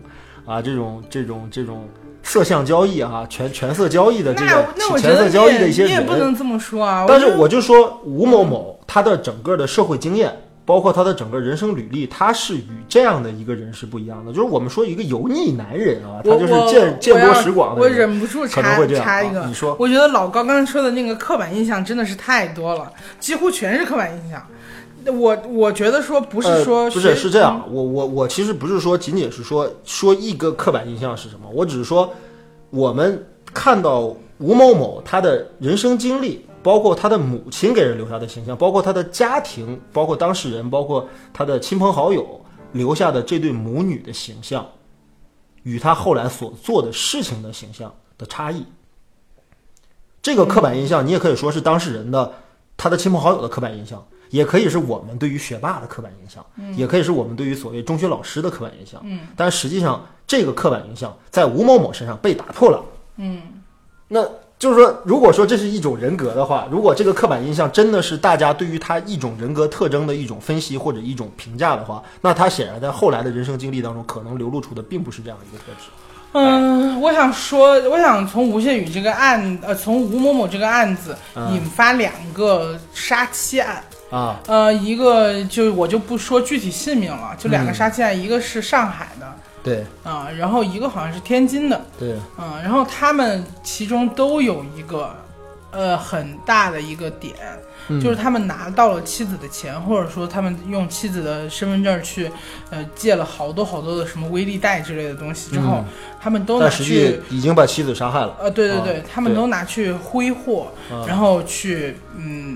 色相交易啊，权色交易的这个权色交易的一些人， 你也不能这么说啊。 但是我就说吴某某他的整个的社会经验，包括他的整个人生履历，他是与这样的一个人是不一样的。就是我们说一个油腻男人啊，他就是见多识广的人， 我忍不住插一个， 你说， 我觉得老高刚刚说的那个刻板印象真的是太多了，几乎全是刻板印象。我觉得说不是说不是这样，我其实不是说仅仅是说一个刻板印象是什么，我只是说我们看到吴某某他的人生经历，包括他的母亲给人留下的形象，包括他的家庭，包括当事人，包括他的亲朋好友留下的这对母女的形象，与他后来所做的事情的形象的差异。这个刻板印象你也可以说是当事人的他的亲朋好友的刻板印象，也可以是我们对于学霸的刻板印象，也可以是我们对于所谓中学老师的刻板印象。但实际上这个刻板印象在吴某某身上被打破了。那就是说，如果说这是一种人格的话，如果这个刻板印象真的是大家对于他一种人格特征的一种分析或者一种评价的话，那他显然在后来的人生经历当中可能流露出的并不是这样一个特质。 我想从吴谢宇这个从吴某某这个案子引发两个杀妻案啊， 一个就我就不说具体姓名了，就两个杀妻案，一个是上海的， 对啊，然后一个好像是天津的， 对， 然后他们其中都有一个很大的一个点。就是他们拿到了妻子的钱，或者说他们用妻子的身份证去借了好多的什么微粒贷之类的东西之后，他们都拿去， 但实际已经把妻子杀害了。 对，他们都拿去挥霍，然后去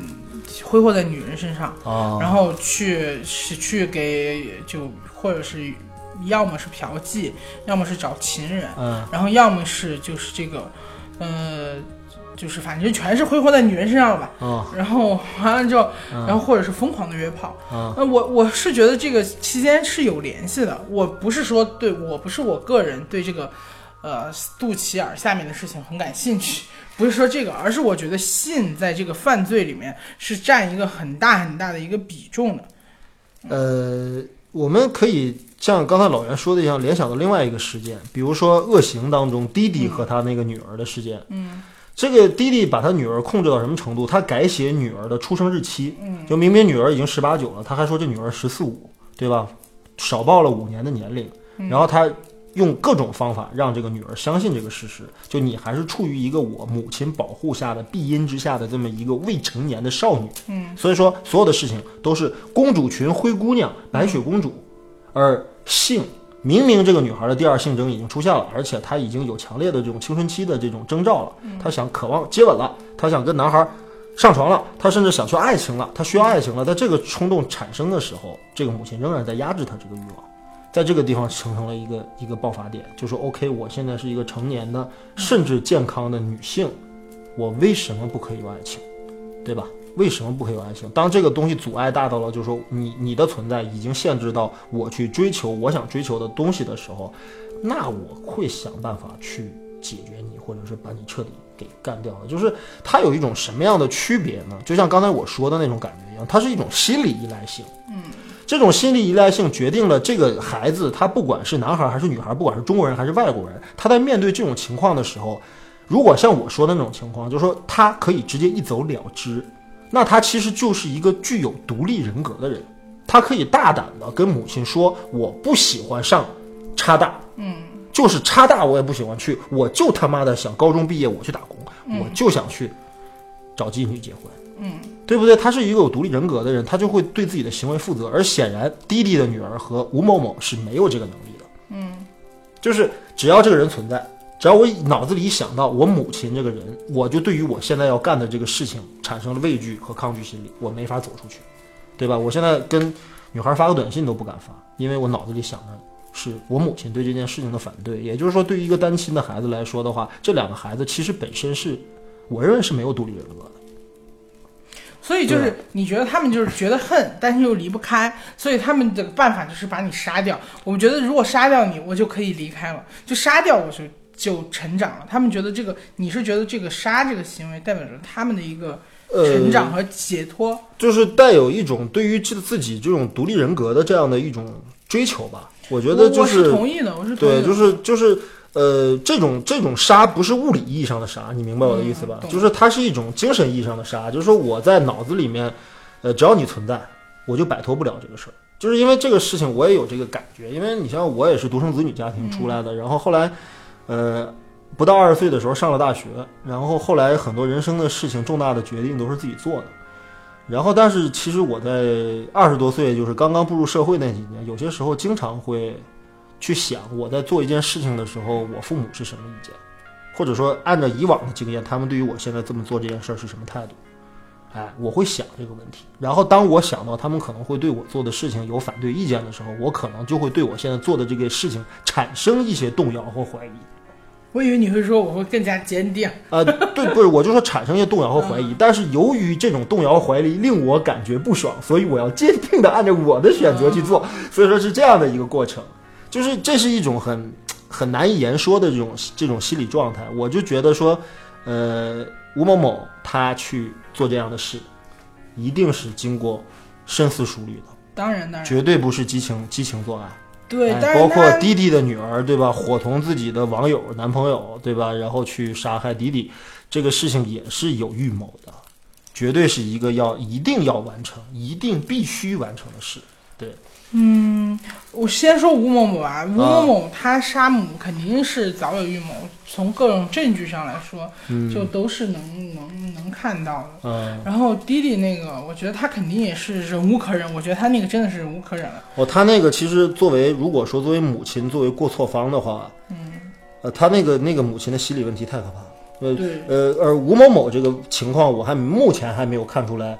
挥霍在女人身上，然后去给或者是要么是嫖妓，要么是找情人，然后要么是就是这个就是反正全是挥霍在女人身上了吧，然后完了之后，然后或者是疯狂的约炮，我是觉得这个期间是有联系的，我不是我个人对这个肚脐眼下面的事情很感兴趣，不是说这个，而是我觉得性在这个犯罪里面是占一个很大很大的一个比重的。我们可以像刚才老袁说的一样，联想到另外一个事件，比如说恶行当中弟弟和他那个女儿的事件。这个弟弟把他女儿控制到什么程度？他改写女儿的出生日期，就明明女儿已经18、19了，他还说这女儿14、15，对吧？少报了5年的年龄，然后他用各种方法让这个女儿相信这个事实，就你还是处于一个我母亲保护下的庇荫之下的这么一个未成年的少女。所以说所有的事情都是公主裙、灰姑娘、白雪公主，而性。明明这个女孩的第二性征已经出现了，而且她已经有强烈的这种青春期的这种征兆了，她想渴望接吻了，她想跟男孩上床了，她甚至想去爱情了，她需要爱情了。在这个冲动产生的时候，这个母亲仍然在压制她这个欲望，在这个地方形成了一个爆发点，就说 OK， 我现在是一个成年的甚至健康的女性，我为什么不可以有爱情，对吧？为什么不可以有爱情？当这个东西阻碍大到了，就是说你的存在已经限制到我去追求我想追求的东西的时候，那我会想办法去解决你，或者是把你彻底给干掉了。就是它有一种什么样的区别呢？就像刚才我说的那种感觉一样，它是一种心理依赖性。这种心理依赖性决定了这个孩子，他不管是男孩还是女孩，不管是中国人还是外国人，他在面对这种情况的时候，如果像我说的那种情况，就是说他可以直接一走了之，那他其实就是一个具有独立人格的人，他可以大胆的跟母亲说，我不喜欢上插大，就是插大我也不喜欢去，我就他妈的想高中毕业我去打工，我就想去找妓女结婚，对不对？他是一个有独立人格的人，他就会对自己的行为负责。而显然弟弟的女儿和吴某某是没有这个能力的，就是只要这个人存在，只要我脑子里想到我母亲这个人，我就对于我现在要干的这个事情产生了畏惧和抗拒心理，我没法走出去，对吧？我现在跟女孩发个短信都不敢发，因为我脑子里想的是我母亲对这件事情的反对。也就是说，对于一个单亲的孩子来说的话，这两个孩子其实本身是我认为是没有独立人格的。 所以就是你觉得他们就是觉得恨，但是又离不开，所以他们的办法就是把你杀掉。我们觉得如果杀掉你，我就可以离开了，就杀掉我就成长了。他们觉得这个，你是觉得这个杀这个行为代表着他们的一个成长和解脱， 就是带有一种对于自己这种独立人格的这样的一种追求吧。我觉得就是， 我是同意的， 对，就是这种杀不是物理意义上的杀，你明白我的意思吧？就是它是一种精神意义上的杀，就是说我在脑子里面，只要你存在，我就摆脱不了这个事儿。就是因为这个事情，我也有这个感觉，因为你像我也是独生子女家庭出来的，然后后来，不到20岁的时候上了大学，然后后来很多人生的事情、重大的决定都是自己做的。然后，但是其实我在20多岁，就是刚刚步入社会那几年，有些时候经常会去想，我在做一件事情的时候，我父母是什么意见，或者说按照以往的经验，他们对于我现在这么做这件事是什么态度？我会想这个问题。然后当我想到他们可能会对我做的事情有反对意见的时候，我可能就会对我现在做的这个事情产生一些动摇或怀疑。 我以为你会说我会更加坚定对，不是，我就说产生一些动摇和怀疑，但是由于这种动摇怀疑令我感觉不爽，所以我要坚定的按照我的选择去做，所以说是这样的一个过程，就是这是一种很难以言说的这种心理状态。我就觉得说，吴某某他去做这样的事，一定是经过深思熟虑的， 当然， 绝对不是激情作案。 对， 包括弟弟的女儿，对吧？伙同自己的网友、男朋友，对吧？然后去杀害弟弟，这个事情也是有预谋的，绝对是一个一定要完成、一定必须完成的事。对， 我先说吴某某吧。吴某某他杀母肯定是早有预谋，从各种证据上来说，就都是能看到的。然后弟弟那个，我觉得他肯定也是忍无可忍，我觉得他那个真的是忍无可忍了。 他那个其实如果说作为母亲，作为过错方的话，他那个母亲的心理问题太可怕了。 对， 而吴某某这个情况，我目前还没有看出来。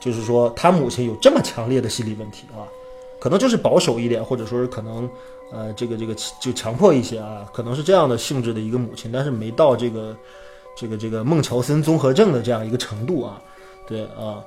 就是说他母亲有这么强烈的心理问题啊，可能就是保守一点，或者说是可能这个就强迫一些啊，可能是这样的性质的一个母亲，但是没到这个孟乔森综合症的这样一个程度啊，对啊。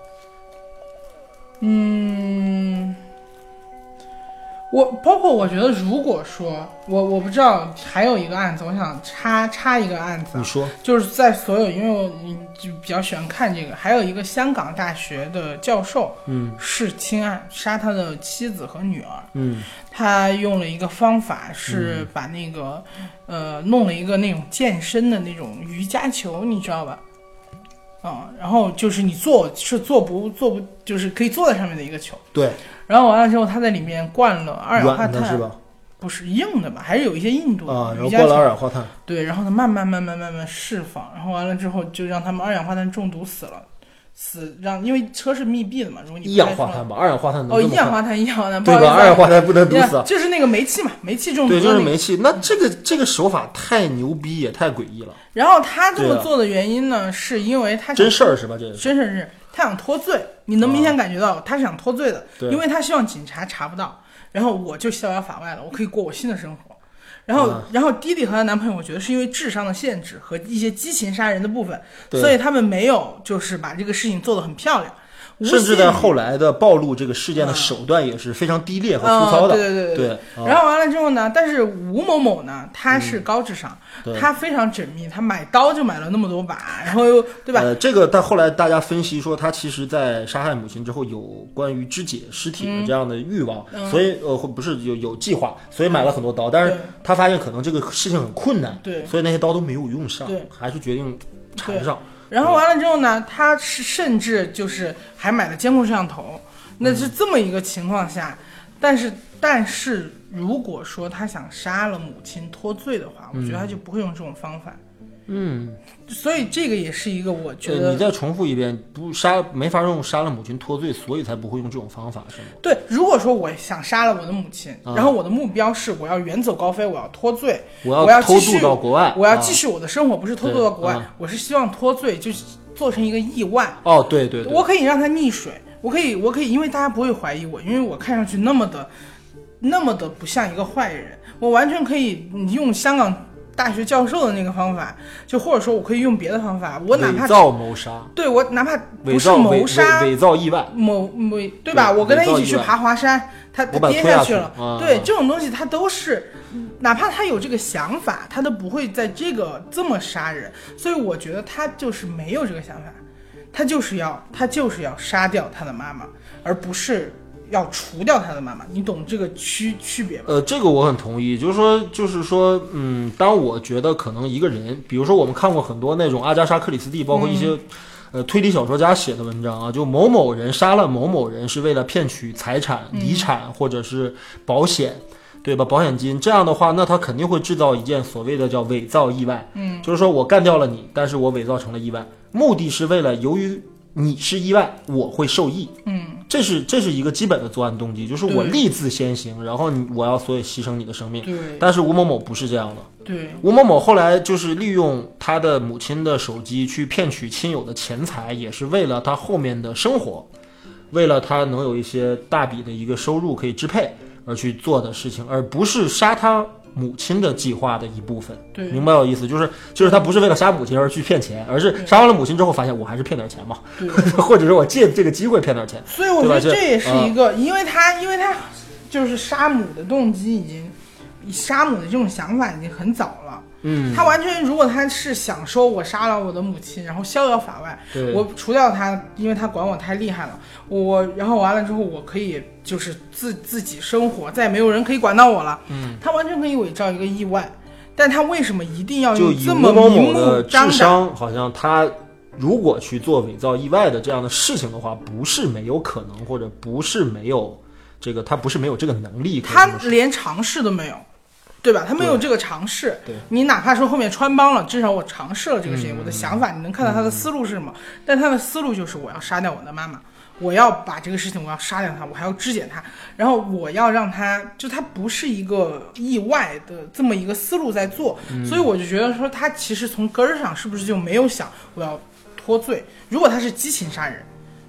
包括我觉得，如果说我不知道，还有一个案子，我想插一个案子， 你说， 就是在所有，因为我就比较喜欢看这个，还有一个香港大学的教授，弑亲案，杀他的妻子和女儿，他用了一个方法是把那个弄了一个那种健身的那种瑜伽球，你知道吧？然后就是你坐不就是可以坐在上面的一个球，对。然后完了之后，他在里面灌了二氧化碳， 是吧？ 不是硬的吧？还是有一些硬度的啊。然后灌了二氧化碳， 对，然后他慢慢释放，然后完了之后就让他们二氧化碳中毒死了。因为车是密闭的嘛，如果你一氧化碳吧，二氧化碳能一氧化碳， 对吧？二氧化碳不能毒死， 就是那个煤气嘛，煤气中毒。 对，就是煤气。那这个手法太牛逼，也太诡异了。 然后他这么做的原因呢，是因为他真事儿是吧？这真事是他想脱罪，你能明显感觉到他是想脱罪的，因为他希望警察查不到，然后我就逍遥法外了，我可以过我新的生活。然后弟弟和她男朋友，我觉得是因为智商的限制和一些激情杀人的部分，所以他们没有就是把这个事情做得很漂亮。 甚至在后来的暴露这个事件的手段也是非常低劣和粗糙的。对。 然后完了之后呢，但是吴某某呢，他是高智商，他非常缜密，他买刀就买了那么多把，然后又对吧？ 这个但后来大家分析说，他其实在杀害母亲之后有关于肢解尸体的这样的欲望，所以不是有计划，所以买了很多刀，但是他发现可能这个事情很困难， 对， 所以那些刀都没有用上，还是决定缠上。 然后完了之后呢，他甚至就是还买了监控摄像头，那是这么一个情况下，但是如果说他想杀了母亲脱罪的话，我觉得他就不会用这种方法。所以这个也是一个我觉得。 你再重复一遍，没法用杀了母亲脱罪，所以才不会用这种方法，是吗？ 对，如果说我想杀了我的母亲，然后我的目标是我要远走高飞，我要脱罪，我要偷渡到国外， 我要继续我的生活，不是偷渡到国外，我是希望脱罪，就是做成一个意外。 对， 我可以让他溺水，我可以，因为大家不会怀疑我，因为我看上去那么的不像一个坏人，我完全可以用香港大学教授的那个方法，就或者说我可以用别的方法，我哪怕伪造谋杀， 对，我哪怕不是谋杀， 伪造意外， 对吧？我跟他一起去爬华山，他跌下去了，对，这种东西他都是，哪怕他有这个想法，他都不会在这么杀人，所以我觉得他就是没有这个想法，他就是要杀掉他的妈妈，而不是要除掉他的妈妈，你懂这个区别吧？ 这个我很同意，就是说，当我觉得可能一个人，比如说我们看过很多那种阿加莎·克里斯蒂，包括一些推理小说家写的文章啊，就某某人杀了某某人是为了骗取财产、遗产或者是保险，对吧？保险金，这样的话，那他肯定会制造一件所谓的叫伪造意外，就是说我干掉了你，但是我伪造成了意外，目的是为了由于你是意外，我会受益。这是一个基本的作案动机，就是我利字先行，然后我要所以牺牲你的生命。 对， 但是吴某某不是这样的。 对， 吴某某后来就是利用他的母亲的手机去骗取亲友的钱财，也是为了他后面的生活，为了他能有一些大笔的一个收入可以支配而去做的事情，而不是杀他母亲的计划的一部分。 对， 明白我意思，就是他不是为了杀母亲而去骗钱，而是杀完了母亲之后发现我还是骗点钱嘛，或者是我借这个机会骗点钱。 所以我觉得这也是一个，因为他就是杀母的动机已经，杀母的这种想法已经很早了。他完全，如果他是想说我杀了我的母亲，然后逍遥法外，我除掉他，因为他管我太厉害了，然后完了之后我可以就是自己生活，再也没有人可以管到我了。他完全可以伪造一个意外，但他为什么一定要用这么明目张胆？ 智商好像他如果去做伪造意外的这样的事情的话，不是没有可能，或者不是没有这个，他不是没有这个能力， 他连尝试都没有。对吧？他没有这个尝试，你哪怕说后面穿帮了，至少我尝试了这个事情，我的想法你能看到他的思路是什么？但他的思路就是我要杀掉我的妈妈，我要把这个事情我要杀掉他，我还要肢解他，然后我要让他就他不是一个意外的这么一个思路在做，所以我就觉得说他其实从根儿上是不是就没有想我要脱罪？如果他是激情杀人，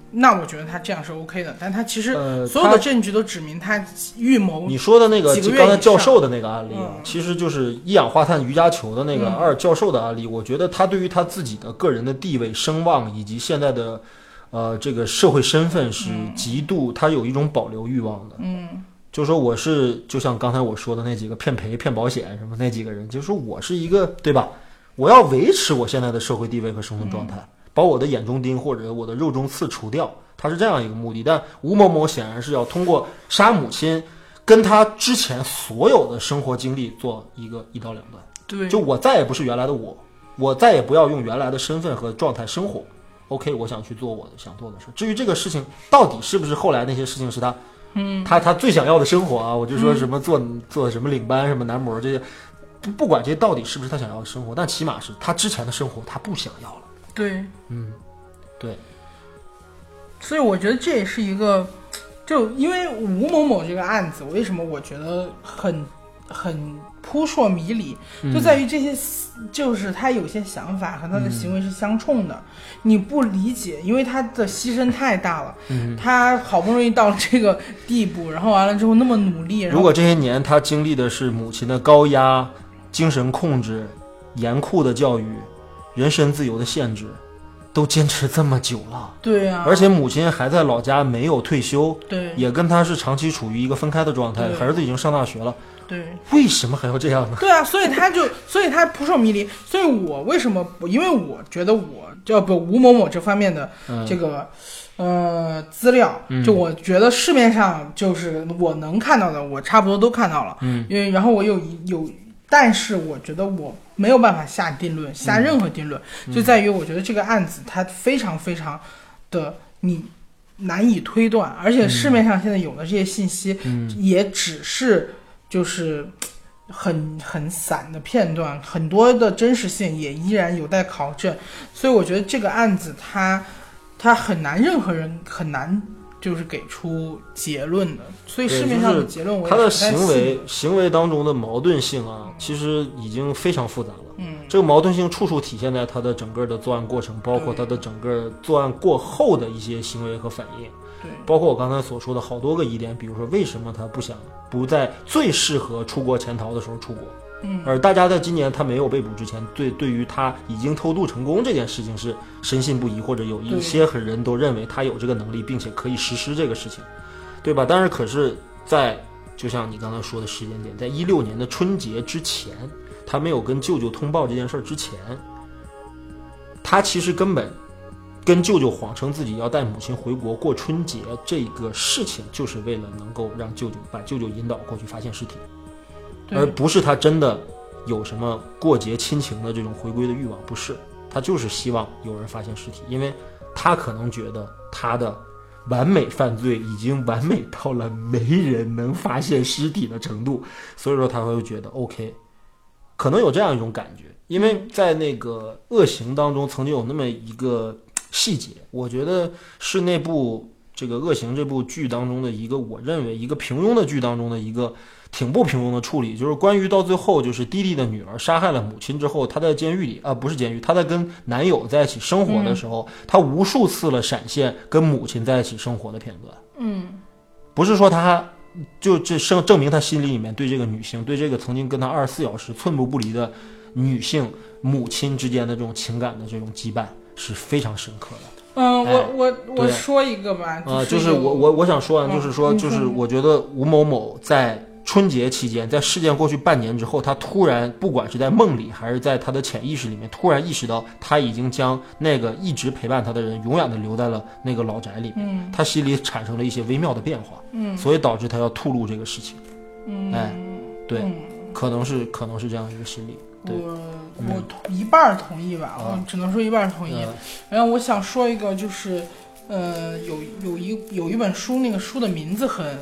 那我觉得他这样是 OK 的，但他其实所有的证据都指明他预谋。 你说的那个刚才教授的那个案例嗯， 其实就是一氧化碳瑜伽球的那个二教授的案例。我觉得他对于他自己的个人的地位、声望以及现在的这个社会身份是极度，他有一种保留欲望的。就说我是就像刚才我说的那几个骗赔、骗保险什么那几个人，就说我是一个对吧？我要维持我现在的社会地位和生存状态。把我的眼中钉或者我的肉中刺除掉，他是这样一个目的。但吴某某显然是要通过杀母亲，跟他之前所有的生活经历做一刀两断。 对， 就我再也不是原来的我再也不要用原来的身份和状态生活。OK， 我想去做我想做的事。至于这个事情到底是不是后来那些事情是他最想要的生活啊，我就说什么做什么领班什么男模这些，不管这些到底是不是他想要的生活，但起码是他之前的生活他不想要了。 对， 对， 所以我觉得这也是一个，就因为吴某某这个案子，为什么我觉得很扑朔迷离，就在于这些，就是他有些想法和他的行为是相冲的，你不理解，因为他的牺牲太大了，他好不容易到了这个地步，然后完了之后那么努力， 如果这些年他经历的是母亲的高压、精神控制、严酷的教育、人身自由的限制，都坚持这么久了。 对啊， 而且母亲还在老家没有退休， 对， 也跟他是长期处于一个分开的状态，儿子已经上大学了， 对， 为什么还要这样呢？ 对啊，所以他扑朔迷离。所以我为什么？因为我觉得吴某某这方面的这个资料，就我觉得市面上就是我能看到的，我差不多都看到了。因为然后我有。但是我觉得我没有办法下定论，下任何定论，就在于我觉得这个案子它非常非常的你难以推断，而且市面上现在有的这些信息，也只是就是很散的片段，很多的真实性也依然有待考证，所以我觉得这个案子它很难，任何人很难。就是给出结论的，所以市面上的结论我也他的行为当中的矛盾性啊，其实已经非常复杂了。这个矛盾性处处体现在他的整个的作案过程，包括他的整个作案过后的一些行为和反应。 对， 包括我刚才所说的好多个疑点，比如说为什么他不在最适合出国潜逃的时候出国。而大家在今年他没有被捕之前，对于他已经偷渡成功这件事情是深信不疑，或者有一些人都认为他有这个能力，并且可以实施这个事情，对吧？但是可是就像你刚才说的时间点，在16年的春节之前，他没有跟舅舅通报这件事之前，他其实根本跟舅舅谎称自己要带母亲回国过春节，这个事情就是为了能够让把舅舅引导过去发现尸体，而不是他真的有什么过节亲情的这种回归的欲望，不是，他就是希望有人发现尸体，因为他可能觉得他的完美犯罪已经完美到了没人能发现尸体的程度，所以说他会觉得 OK， 可能有这样一种感觉。因为在那个恶行当中曾经有那么一个细节，我觉得是那部这个恶行这部剧当中的一个，我认为一个平庸的剧当中的一个挺不平庸的处理，就是关于到最后就是弟弟的女儿杀害了母亲之后，她在监狱里不是监狱，她在跟男友在一起生活的时候，她无数次了闪现跟母亲在一起生活的片段。不是说她就证明她心里面对这个女性，对这个曾经跟她24小时寸步不离的女性母亲之间的这种情感的这种羁绊是非常深刻的。 我说一个吧， 就是我想说就是说，就是我觉得吴某某在春节期间，在事件过去半年之后，他突然不管是在梦里还是在他的潜意识里面，突然意识到他已经将那个一直陪伴他的人永远的留在了那个老宅里面，他心里产生了一些微妙的变化，所以导致他要吐露这个事情。对，可能是这样一个心理。 我一半同意吧，我只能说一半同意。然后我想说一个，就是有一本书，那个书的名字很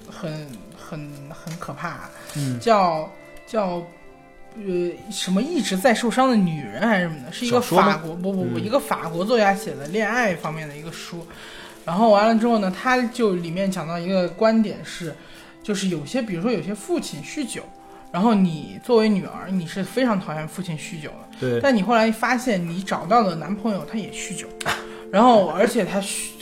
可怕，叫什么一直在受伤的女人还是什么的，是一个法国一个法国作家写的恋爱方面的一个书。然后完了之后呢，他就里面讲到一个观点是，就是比如说有些父亲酗酒。然后你作为女儿，你是非常讨厌父亲酗酒的，对。但你后来发现，你找到的男朋友他也酗酒，然后而且他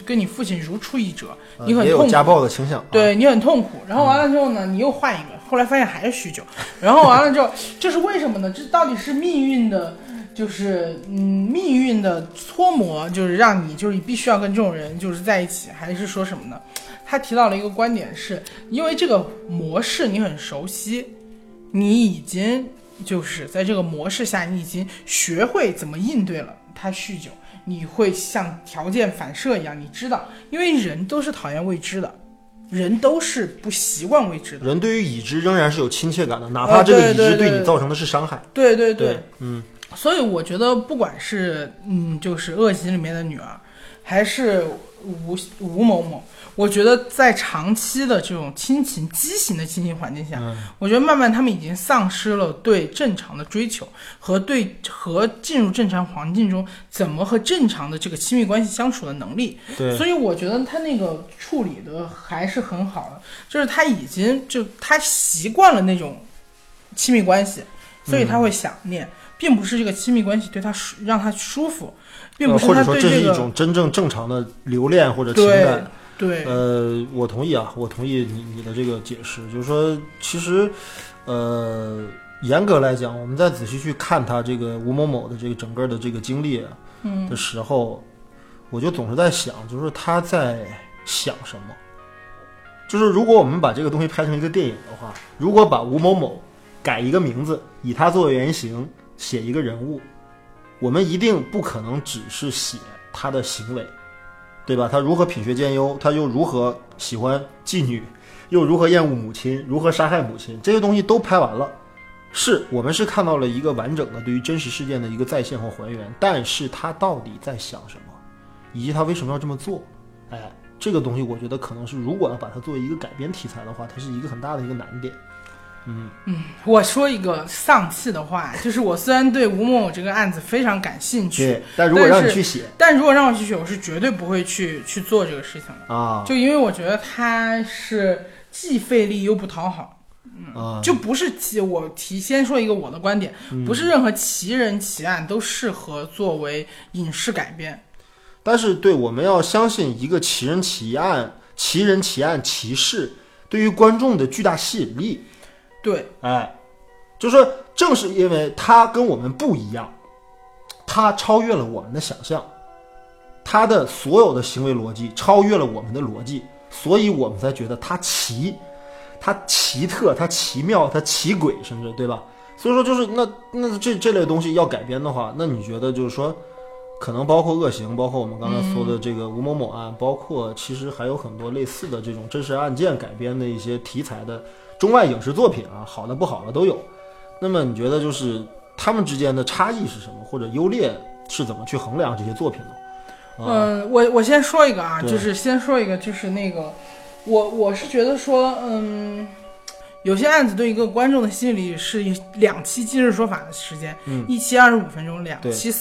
跟你父亲如出一辙，你很痛苦， 也有家暴的倾向， 对你很痛苦。然后完了之后呢，你又换一个，后来发现还是酗酒，然后完了之后，这是为什么呢？这到底是命运的，就是命运的搓磨，就是让你就是必须要跟这种人就是在一起，还是说什么呢？他提到了一个观点是，因为这个模式你很熟悉，你已经就是在这个模式下，你已经学会怎么应对了他酗酒，你会像条件反射一样，你知道，因为人都是讨厌未知的，人都是不习惯未知的， 人对于已知仍然是有亲切感的，哪怕这个已知对你造成的是伤害。 对对对，所以我觉得不管是就是恶习里面的女儿，还是吴某某，我觉得在长期的这种畸形的亲情环境下，我觉得慢慢他们已经丧失了对正常的追求和进入正常环境中怎么和正常的这个亲密关系相处的能力。 对， 所以我觉得他那个处理的还是很好的，就是他习惯了那种亲密关系，所以他会想念，并不是这个亲密关系对他让他舒服，并不是他对或者说这是一种真正正常的留恋或者情感。 对， 我同意啊，我同意你的这个解释，就是说，其实，严格来讲，我们再仔细去看他这个吴某某的这个整个的这个经历的时候，我就总是在想，就是他在想什么。就是如果我们把这个东西拍成一个电影的话，如果把吴某某改一个名字，以他作为原型写一个人物，我们一定不可能只是写他的行为。对吧？他如何品学兼优，他又如何喜欢妓女，又如何厌恶母亲，如何杀害母亲，这些东西都拍完了。我们是看到了一个完整的对于真实事件的一个再现和还原，但是他到底在想什么，以及他为什么要这么做，这个东西我觉得可能是如果要把它作为一个改编题材的话，它是一个很大的一个难点。 我说一个丧气的话，就是我虽然对吴某某这个案子非常感兴趣， 对，但如果让你去写， 但如果让我去写，我是绝对不会去做这个事情的啊， 就因为我觉得它是既费力又不讨好。就不是先说一个我的观点，不是任何奇人奇案都适合作为影视改编。 但是对，我们要相信一个奇人奇案奇事对于观众的巨大吸引力。 对， 就是说正是因为他跟我们不一样，他超越了我们的想象，他的所有的行为逻辑超越了我们的逻辑，所以我们才觉得他奇特，他奇妙，他奇诡，甚至对吧？所以说就是那这类东西要改编的话，那你觉得就是说可能包括恶行，包括我们刚才说的这个吴某某案，包括其实还有很多类似的这种真实案件改编的一些题材的中外影视作品啊，好的不好的都有。那么你觉得就是他们之间的差异是什么，或者优劣是怎么去衡量这些作品呢？ 我先说一个啊，就是先说一个，就是那个我是觉得说，有些案子对一个观众的吸引力是2期今日说法的时间，一期25分钟，2期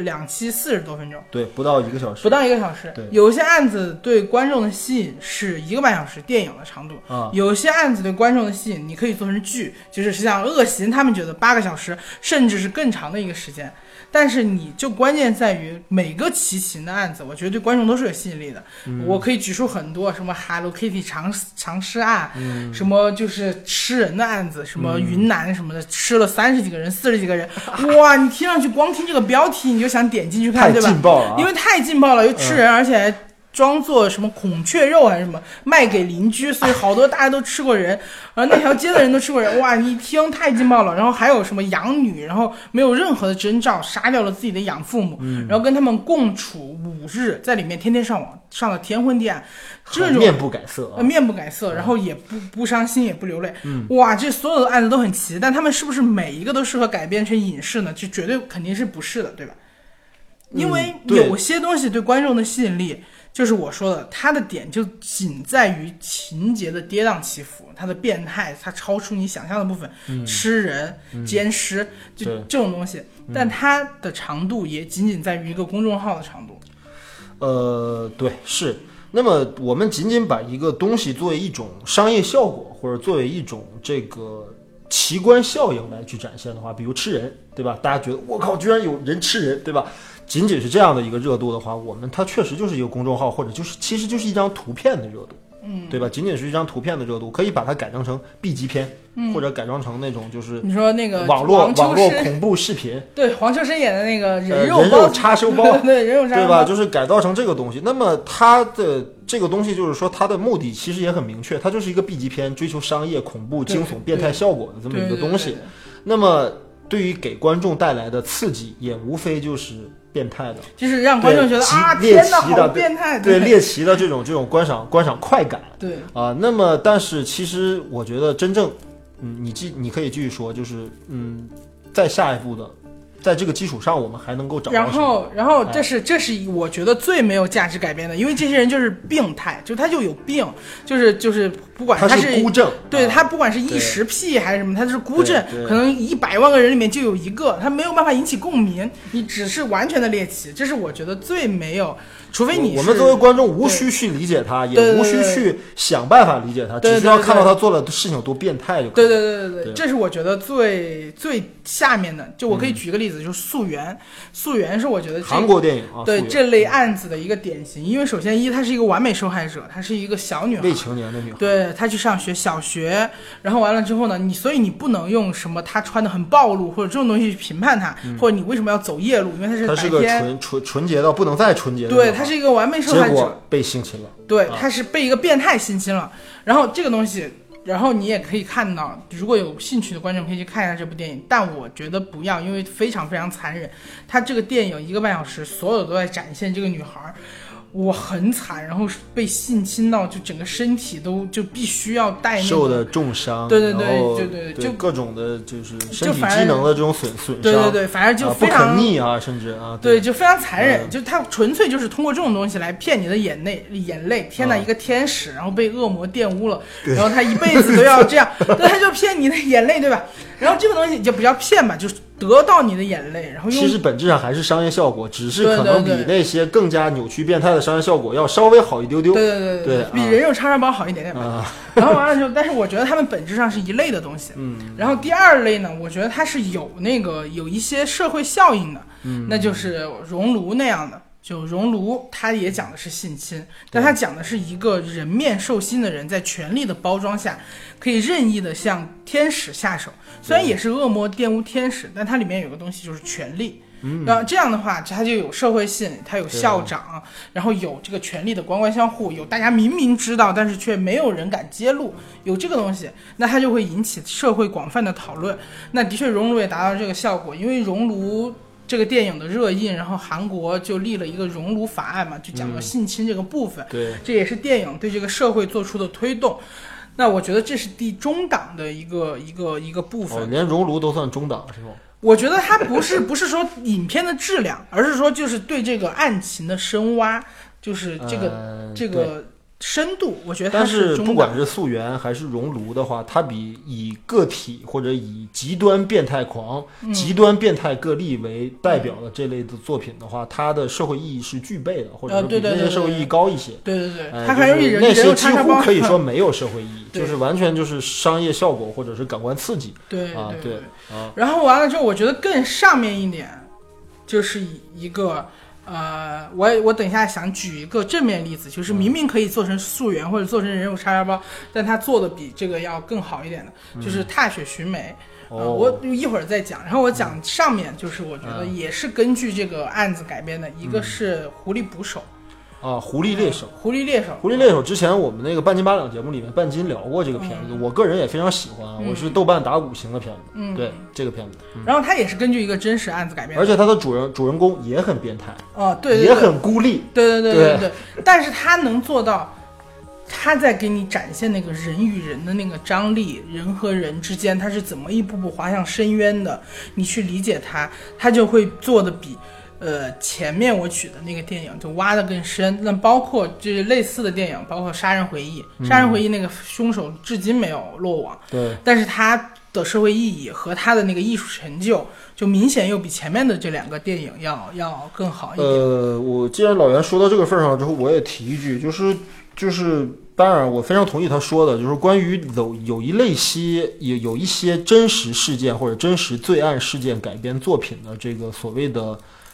40多分钟， 对，不到1个小时， 对，有些案子对观众的吸引是1个半小时电影的长度，有些案子对观众的吸引你可以做成剧，就是像恶行他们觉得8个小时甚至是更长的一个时间。但是你就关键在于每个齐秦的案子，我觉得对观众都是有吸引力的。我可以举出很多，什么 Hello Kitty 藏尸案，什么就是吃人的案子，什么云南什么的，吃了30几个人、40几个人，哇！你听上去光听这个标题你就想点进去看，对吧？ 太劲爆了， 因为太劲爆了，又吃人，而且还装作什么孔雀肉还是什么卖给邻居，所以好多大家都吃过人，那条街的人都吃过人，哇！你一听太劲爆了。然后还有什么养女，然后没有任何的征兆杀掉了自己的养父母，然后跟他们共处5日，在里面天天上网，上了天昏地暗，这种面不改色面不改色，然后也不伤心也不流泪，哇！这所有的案子都很齐，但他们是不是每一个都适合改编成影视呢？这绝对肯定是不是的，对吧？因为有些东西对观众的吸引力，就是我说的，它的点就仅在于情节的跌宕起伏，它的变态，它超出你想象的部分，吃人、奸尸，就这种东西，但它的长度也仅仅在于一个公众号的长度。 对，是。那么我们仅仅把一个东西作为一种商业效果，或者作为一种这个奇观效应来去展现的话，比如吃人，对吧？大家觉得我靠，居然有人吃人，对吧？ 仅仅是这样的一个热度的话，它确实就是一个公众号，或者其实就是一张图片的热度，对吧？仅仅是一张图片的热度，可以把它改装成 B 级片，或者改装成那种就是你说那个网络恐怖视频， 对，黄秋生演的那个人肉叉烧包， 对，人肉叉烧包， 对吧？就是改造成这个东西。那么它的这个东西就是说，它的目的其实也很明确，它就是一个 B 级片，追求商业、恐怖、惊悚、变态效果的这么一个东西。那么对于给观众带来的刺激，也无非就是变态的， 就是让观众觉得啊，天哪，好变态， 对猎奇的这种观赏快感， 对啊。那么，但是其实我觉得真正，你可以继续说，就是在下一步的。在这个基础上，我们还能够找到什么？ 然后这是我觉得最没有价值改编的，因为这些人就是病态，他就有病，就是不管他是孤症， 对他不管是异食癖还是什么，他是孤症，可能100万个人里面就有一个，他没有办法引起共鸣，你只是完全的猎奇，这是我觉得最没有。除非你我们作为观众无需去理解他，也无需去想办法理解他，只需要看到他做了的事情有多变态就可以。 对，这是我觉得最下面的。就我可以举个例子，就是溯源是我觉得韩国电影啊， 对这类案子的一个典型。因为首先她是一个完美受害者，她是一个小女孩， 未成年的女孩， 对，她去上小学，然后完了之后呢，所以你不能用什么她穿的很暴露或者这种东西去评判她，或者你为什么要走夜路，因为她是白天， 她是个纯洁到不能再纯洁的， 对，她是一个完美受害者， 结果被性侵了， 对，她是被一个变态性侵了，然后这个东西。然后你也可以看到，如果有兴趣的观众可以去看一下这部电影，但我觉得不要，因为非常非常残忍。它这个电影1个半小时，所有都在展现这个女孩，我很惨，然后被性侵到，就整个身体都就必须要带受的重伤， 对，就各种的就是身体机能的这种损伤， 对，反正就非常不可逆啊，甚至啊， 对，就非常残忍，就它纯粹就是通过这种东西来骗你的眼泪。天哪，一个天使，然后被恶魔玷污了，然后他一辈子都要这样，对，他就骗你的眼泪，对吧？然后这个东西就不叫骗吧，就是得到你的眼泪，然后其实本质上还是商业效果，只是可能比那些更加扭曲变态的商业效果要稍微好一丢丢。 对，比人肉叉烧包好一点点吧。然后完了之后，但是我觉得他们本质上是一类的东西。然后第二类呢，我觉得它是有一些社会效应的，那就是熔炉那样的。就熔炉，它也讲的是性侵，但它讲的是一个人面兽心的人在权力的包装下，可以任意的向天使下手。虽然也是恶魔玷污天使，但它里面有个东西就是权力。然后这样的话，它就有社会性，它有校长，然后有这个权力的官官相护，有大家明明知道，但是却没有人敢揭露，有这个东西，那它就会引起社会广泛的讨论。那的确，熔炉也达到这个效果，因为熔炉这个电影的热映，然后韩国就立了一个熔炉法案嘛，就讲到性侵这个部分， 对， 这也是电影对这个社会做出的推动。那我觉得这是第中档的一个部分。 连熔炉都算中档是吗？ 我觉得它不是说影片的质量，而是说就是对这个案情的深挖，就是这个深度，我觉得它是中档。但是不管是溯源还是熔炉的话，它比以个体或者以极端变态狂、极端变态个例为代表的这类的作品的话，它的社会意义是具备的，或者是比那些社会意义高一些。 对，它还有那些几乎可以说没有社会意义，就是完全就是商业效果或者是感官刺激。 对。 然后完了之后，我觉得更上面一点，就是一个。我等一下想举一个正面例子，就是明明可以做成溯源或者做成人肉叉烧包，但他做的比这个要更好一点的，就是踏雪寻梅。我一会儿再讲。然后我讲上面，就是我觉得也是根据这个案子改编的，一个是狐狸捕手。 狐狸猎手。 狐狸猎手之前我们那个半斤八两节目里面半斤聊过这个片子，我个人也非常喜欢，我是豆瓣打5星的片子。对这个片子， 然后它也是根据一个真实案子改编的， 而且它的主人公也很变态。 对， 也很孤立。 对，但是他能做到，他在给你展现那个人与人的那个张力，人和人之间他是怎么一步步滑向深渊的，你去理解他就会做的比前面我举的那个电影就挖得更深。那包括就是类似的电影，包括杀人回忆那个凶手至今没有落网， 对， 但是他的社会意义和他的那个艺术成就明显又比前面的这2个电影要更好一点。 我既然老袁说到这个份上之后，我也提一句，就是当然我非常同意他说的，就是关于有一些真实事件或者真实罪案事件改编作品的这个所谓的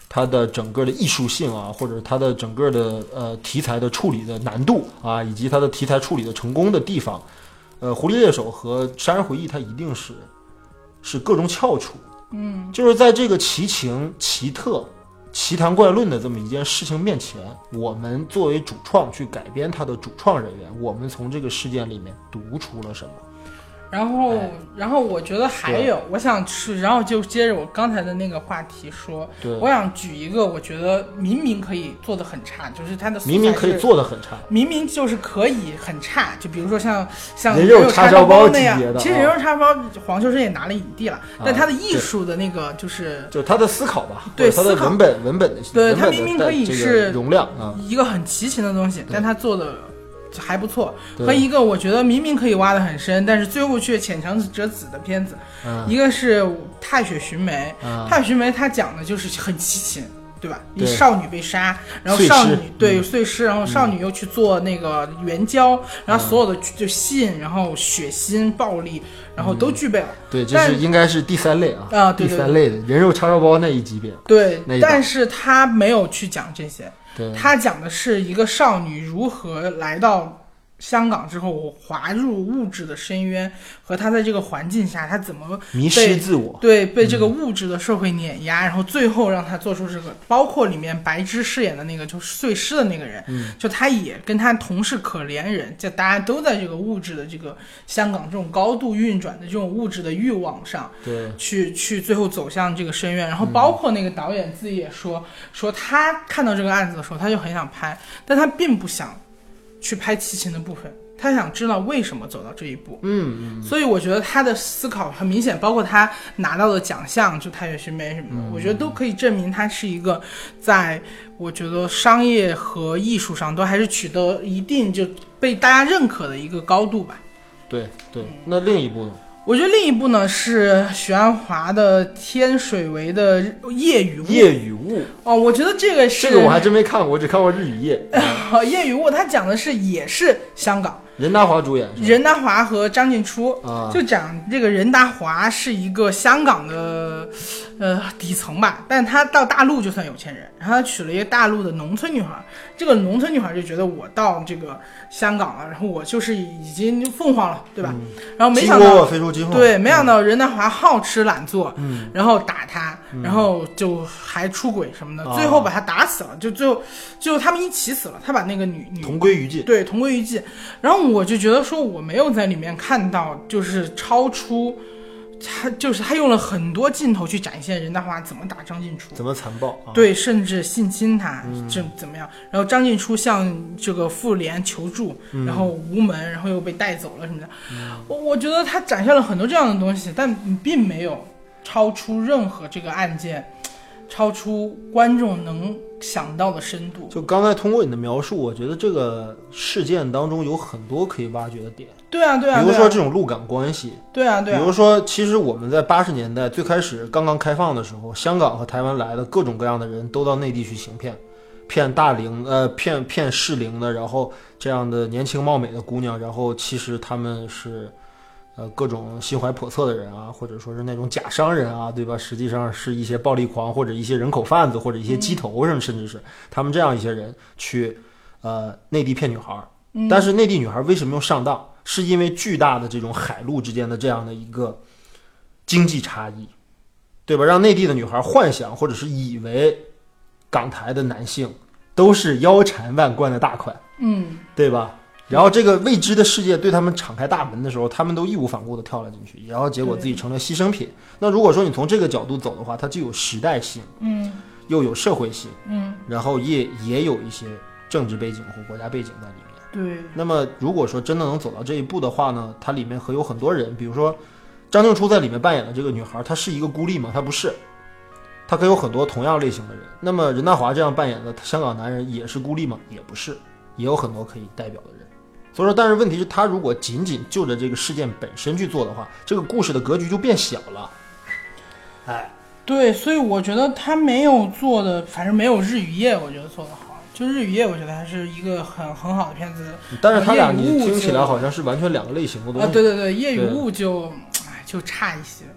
它的整个的艺术性啊，或者它的整个的题材的处理的难度啊，以及它的题材处理的成功的地方，狐狸猎手和杀人回忆它一定是各种翘楚。就是在这个奇情奇特奇谈怪论的这么一件事情面前，我们作为主创去改编它的主创人员，我们从这个事件里面读出了什么？ 然后我觉得还有，我想是，然后就接着我刚才的那个话题说，我想举一个，我觉得明明可以做得很差，就是它的素材明明可以做得很差， 明明就是可以很差，就比如说像人肉叉烧包那样，其实人肉叉烧包黄秋生也拿了影帝了，但他的艺术的那个就是他的思考吧， 对他的文本的， 对他明明可以是容量啊， 一个很齐秦的东西，但他做的还不错，和一个我觉得明明可以挖得很深，但是最后却浅尝辄止的片子，一个是《踏雪寻梅》，踏雪寻梅它讲的就是很齐秦，对吧？一少女被杀，然后少女碎尸，然后少女又去做那个援交，然后所有的就信，然后血腥暴力，然后都具备了。 对，这是应该是第三类啊， 对第三类的人肉叉烧包那一级别。 对，但是他没有去讲这些。他讲的是一个少女如何来到香港之后滑入物质的深渊，和她在这个环境下她怎么迷失自我， 对，被这个物质的社会碾压，然后最后让她做出这个，包括里面白芝饰演的那个就是碎尸的那个人，就他也跟他同是可怜人，就大家都在这个物质的这个香港这种高度运转的这种物质的欲望上， 对， 去最后走向这个深渊。然后包括那个导演自己也说他看到这个案子的时候他就很想拍，但他并不想去拍齐秦的部分，他想知道为什么走到这一步。所以我觉得他的思考很明显，包括他拿到的奖项，就《踏雪寻梅》什么的，我觉得都可以证明他是一个在我觉得商业和艺术上都还是取得一定就被大家认可的一个高度吧。 对对，那另一部呢？ 我觉得另一部呢是许鞍华的天水围的夜雨雾。我觉得这个我还真没看过，我只看过日与夜。 夜雨雾它讲的也是香港， 任达华主演， 任达华和张静初，就讲这个任达华是一个香港的底层吧，但他到大陆就算有钱人，然后他娶了一个大陆的农村女孩，这个农村女孩就觉得我到这个香港了，然后我就是已经凤凰了，对吧？然后没想到对，没想到任达华好吃懒做，然后打他，然后就还出轨什么的，最后把他打死了，就最后他们一起死了，他把那个女同归于尽， 对，同归于尽。然后我就觉得说我没有在里面看到就是超出他用了很多镜头去展现任达华怎么打张静初， 怎么残暴， 对，甚至性侵他，这怎么样？然后张静初向这个妇联求助，然后无门，然后又被带走了什么的。我觉得他展现了很多这样的东西，但并没有超出任何这个案件，超出观众能想到的深度。 就刚才通过你的描述，我觉得这个事件当中有很多可以挖掘的点。 对啊， 比如说这种路感关系。 对啊。 比如说，其实我们在80年代最开始刚刚开放的时候，香港和台湾来的各种各样的人都到内地去行骗，骗大龄骗适龄的，然后这样的年轻貌美的姑娘，然后其实他们是各种心怀叵测的人啊，或者说是那种假商人啊，对吧？实际上是一些暴力狂或者一些人口贩子或者一些鸡头什么，甚至是他们这样一些人去内地骗女孩。但是内地女孩为什么又上当？是因为巨大的这种海陆之间的这样的一个经济差异，对吧？让内地的女孩幻想或者是以为港台的男性都是腰缠万贯的大款，对吧？然后这个未知的世界对他们敞开大门的时候，他们都义无反顾地跳了进去，然后结果自己成了牺牲品。那如果说你从这个角度走的话，它既有时代性，又有社会性，然后也有一些政治背景或国家背景在里面。 对。 那么如果说真的能走到这一步的话呢，它里面会有很多人，比如说张静初在里面扮演的这个女孩，她是一个孤立吗？她不是，她可以有很多同样类型的人。那么任达华这样扮演的香港男人也是孤立吗？也不是，也有很多可以代表的人。所以说，但是问题是，他如果仅仅就着这个事件本身去做的话，这个故事的格局就变小了。 对，所以我觉得他没有做的，反正没有日与夜，我觉得做的好。就日与夜，我觉得还是一个很好的片子。 但是他俩你听起来好像是完全两个类型的东西。 对，夜与雾就差一些。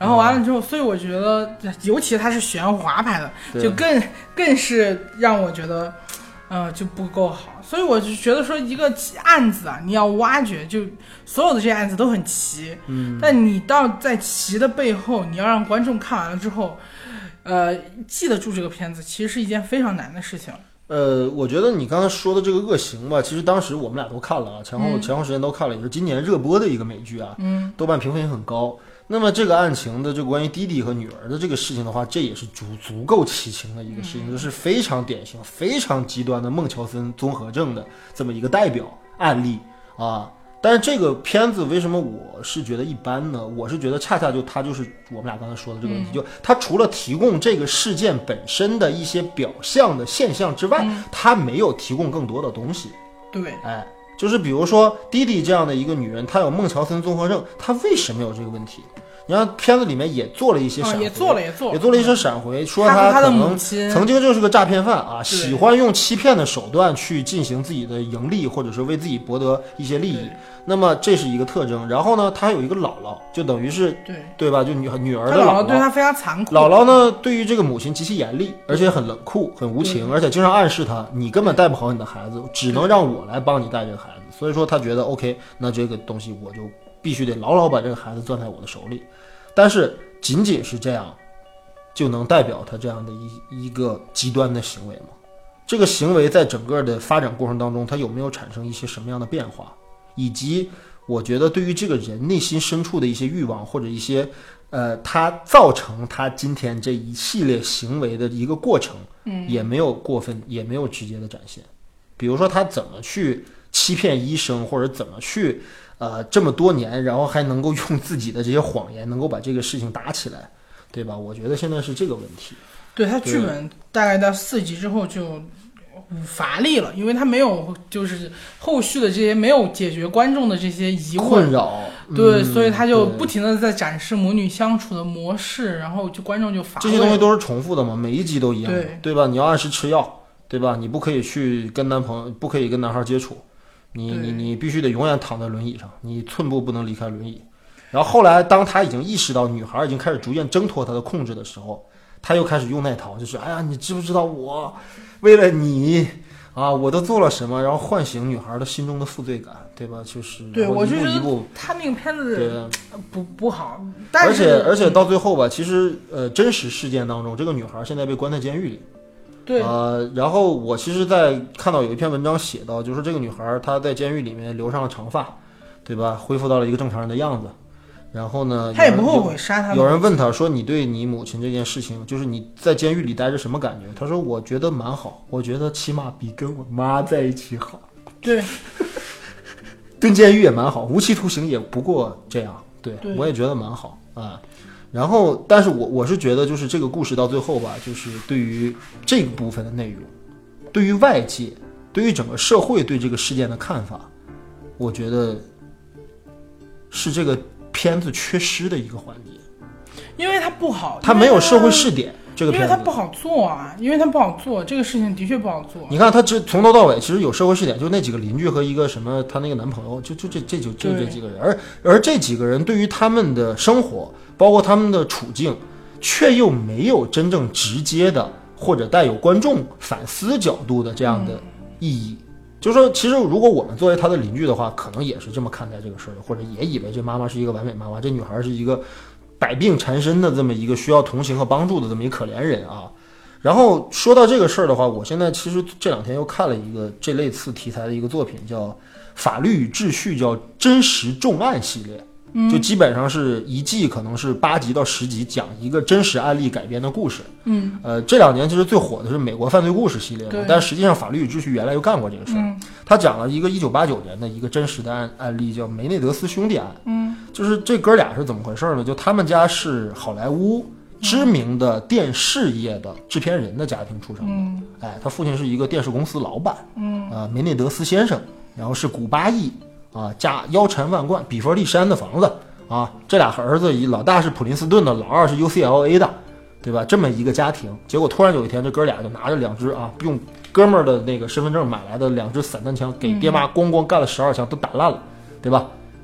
然后完了之后，所以我觉得，尤其它是玄华牌的，就更是让我觉得，就不够好。所以我就觉得说，一个案子啊，你要挖掘，就所有的这些案子都很奇，但你在奇的背后，你要让观众看完了之后，记得住这个片子，其实是一件非常难的事情。 我觉得你刚才说的这个恶行吧，其实当时我们俩都看了啊，前后时间都看了，也是今年热播的一个美剧啊，豆瓣评分也很高。那么这个案情的这个关于弟弟和女儿的这个事情的话，这也是足够奇情的一个事情，就是非常典型、非常极端的孟乔森综合症的这么一个代表案例啊。但是这个片子为什么我是觉得一般呢？我是觉得恰恰它就是我们俩刚才说的这个问题，就它除了提供这个事件本身的一些表象的现象之外，它没有提供更多的东西。 对， 就是比如说弟弟这样的一个女人，她有孟乔森综合症，她为什么有这个问题？你看片子里面也做了一些闪回， 也做了一些闪回，说她可能曾经就是个诈骗犯啊，喜欢用欺骗的手段去进行自己的盈利，或者是为自己博得一些利益。那么这是一个特征。然后呢，她有一个姥姥，就等于是对吧？就女儿的姥姥对她非常残酷。 姥姥呢，对于这个母亲极其严厉，而且很冷酷、很无情，而且经常暗示她，你根本带不好你的孩子，只能让我来帮你带这个孩子。所以说她觉得 OK， 那这个东西我就必须得牢牢把这个孩子攥在我的手里。但是仅仅是这样就能代表他这样的一个极端的行为吗？这个行为在整个的发展过程当中，他有没有产生一些什么样的变化？以及我觉得对于这个人内心深处的一些欲望，或者一些他造成他今天这一系列行为的一个过程，也没有过分，也没有直接的展现。比如说他怎么去欺骗医生，或者怎么去这么多年，然后还能够用自己的这些谎言能够把这个事情打起来，对吧？我觉得现在是这个问题。 对，他剧本大概到4集之后就乏力了，因为他没有就是后续的这些没有解决观众的这些疑问困扰， 对，所以他就不停的在展示母女相处的模式，然后就观众就乏味。 这些东西都是重复的嘛，每一集都一样，对吧？你要按时吃药，对吧？你不可以去跟不可以跟男孩接触。你必须得永远躺在轮椅上，你寸步不能离开轮椅。然后后来当他已经意识到女孩已经开始逐渐挣脱他的控制的时候，他又开始用那套，就是哎呀，你知不知道我为了你啊，我都做了什么，然后唤醒女孩的心中的负罪感，对吧？就是对，我就觉得他那个片子不好，但是而且到最后吧，其实真实事件当中，这个女孩现在被关在监狱里。 对， 然后我其实在看到有一篇文章写到，就是这个女孩她在监狱里面留上了长发，对吧？恢复到了一个正常人的样子。然后呢， 她也不后悔杀她。 有人问她说：“你对你母亲这件事情，就是你在监狱里待着什么感觉？”她说：“我觉得蛮好，我觉得起码比跟我妈在一起好。” 对， 蹲监狱也蛮好，无期徒刑也不过这样。对，我也觉得蛮好啊。然后，但是我是觉得，就是这个故事到最后吧，就是对于这个部分的内容，对于外界，对于整个社会对这个事件的看法，我觉得是这个片子缺失的一个环节， 因为它不好， 它没有社会试点。这个片子因为它不好做啊，因为它不好做，这个事情的确不好做。 你看，它从头到尾其实有社会试点，就那几个邻居和一个什么她那个男朋友，就这几个人，而这几个人对于他们的生活，包括他们的处境，却又没有真正直接的或者带有观众反思角度的这样的意义。就是说，其实如果我们作为他的邻居的话，可能也是这么看待这个事儿的，或者也以为这妈妈是一个完美妈妈，这女孩是一个百病缠身的这么一个需要同情和帮助的这么一个可怜人啊。然后说到这个事儿的话，我现在其实这2天又看了一个这类似题材的一个作品，叫《法律与秩序》，叫真实重案系列。就基本上是一季可能是8集到10集，讲一个真实案例改编的故事。这2年其实最火的是美国犯罪故事系列嘛，但实际上法律与秩序原来又干过这个事儿。他讲了一个1989年的一个真实的案例，叫梅内德斯兄弟案。就是这哥俩是怎么回事呢？就他们家是好莱坞知名的电视业的制片人的家庭出生的。他父亲是一个电视公司老板。梅内德斯先生，然后是古巴裔。家腰缠万贯，比佛利山的房子啊，这俩儿子老大是普林斯顿的，老二是 UCLA 的，对吧？这么一个家庭，结果突然有一天，这哥俩就拿着2支用哥们儿的那个身份证买来的2支散弹枪，给爹妈咣咣干了12枪，都打烂了，对吧？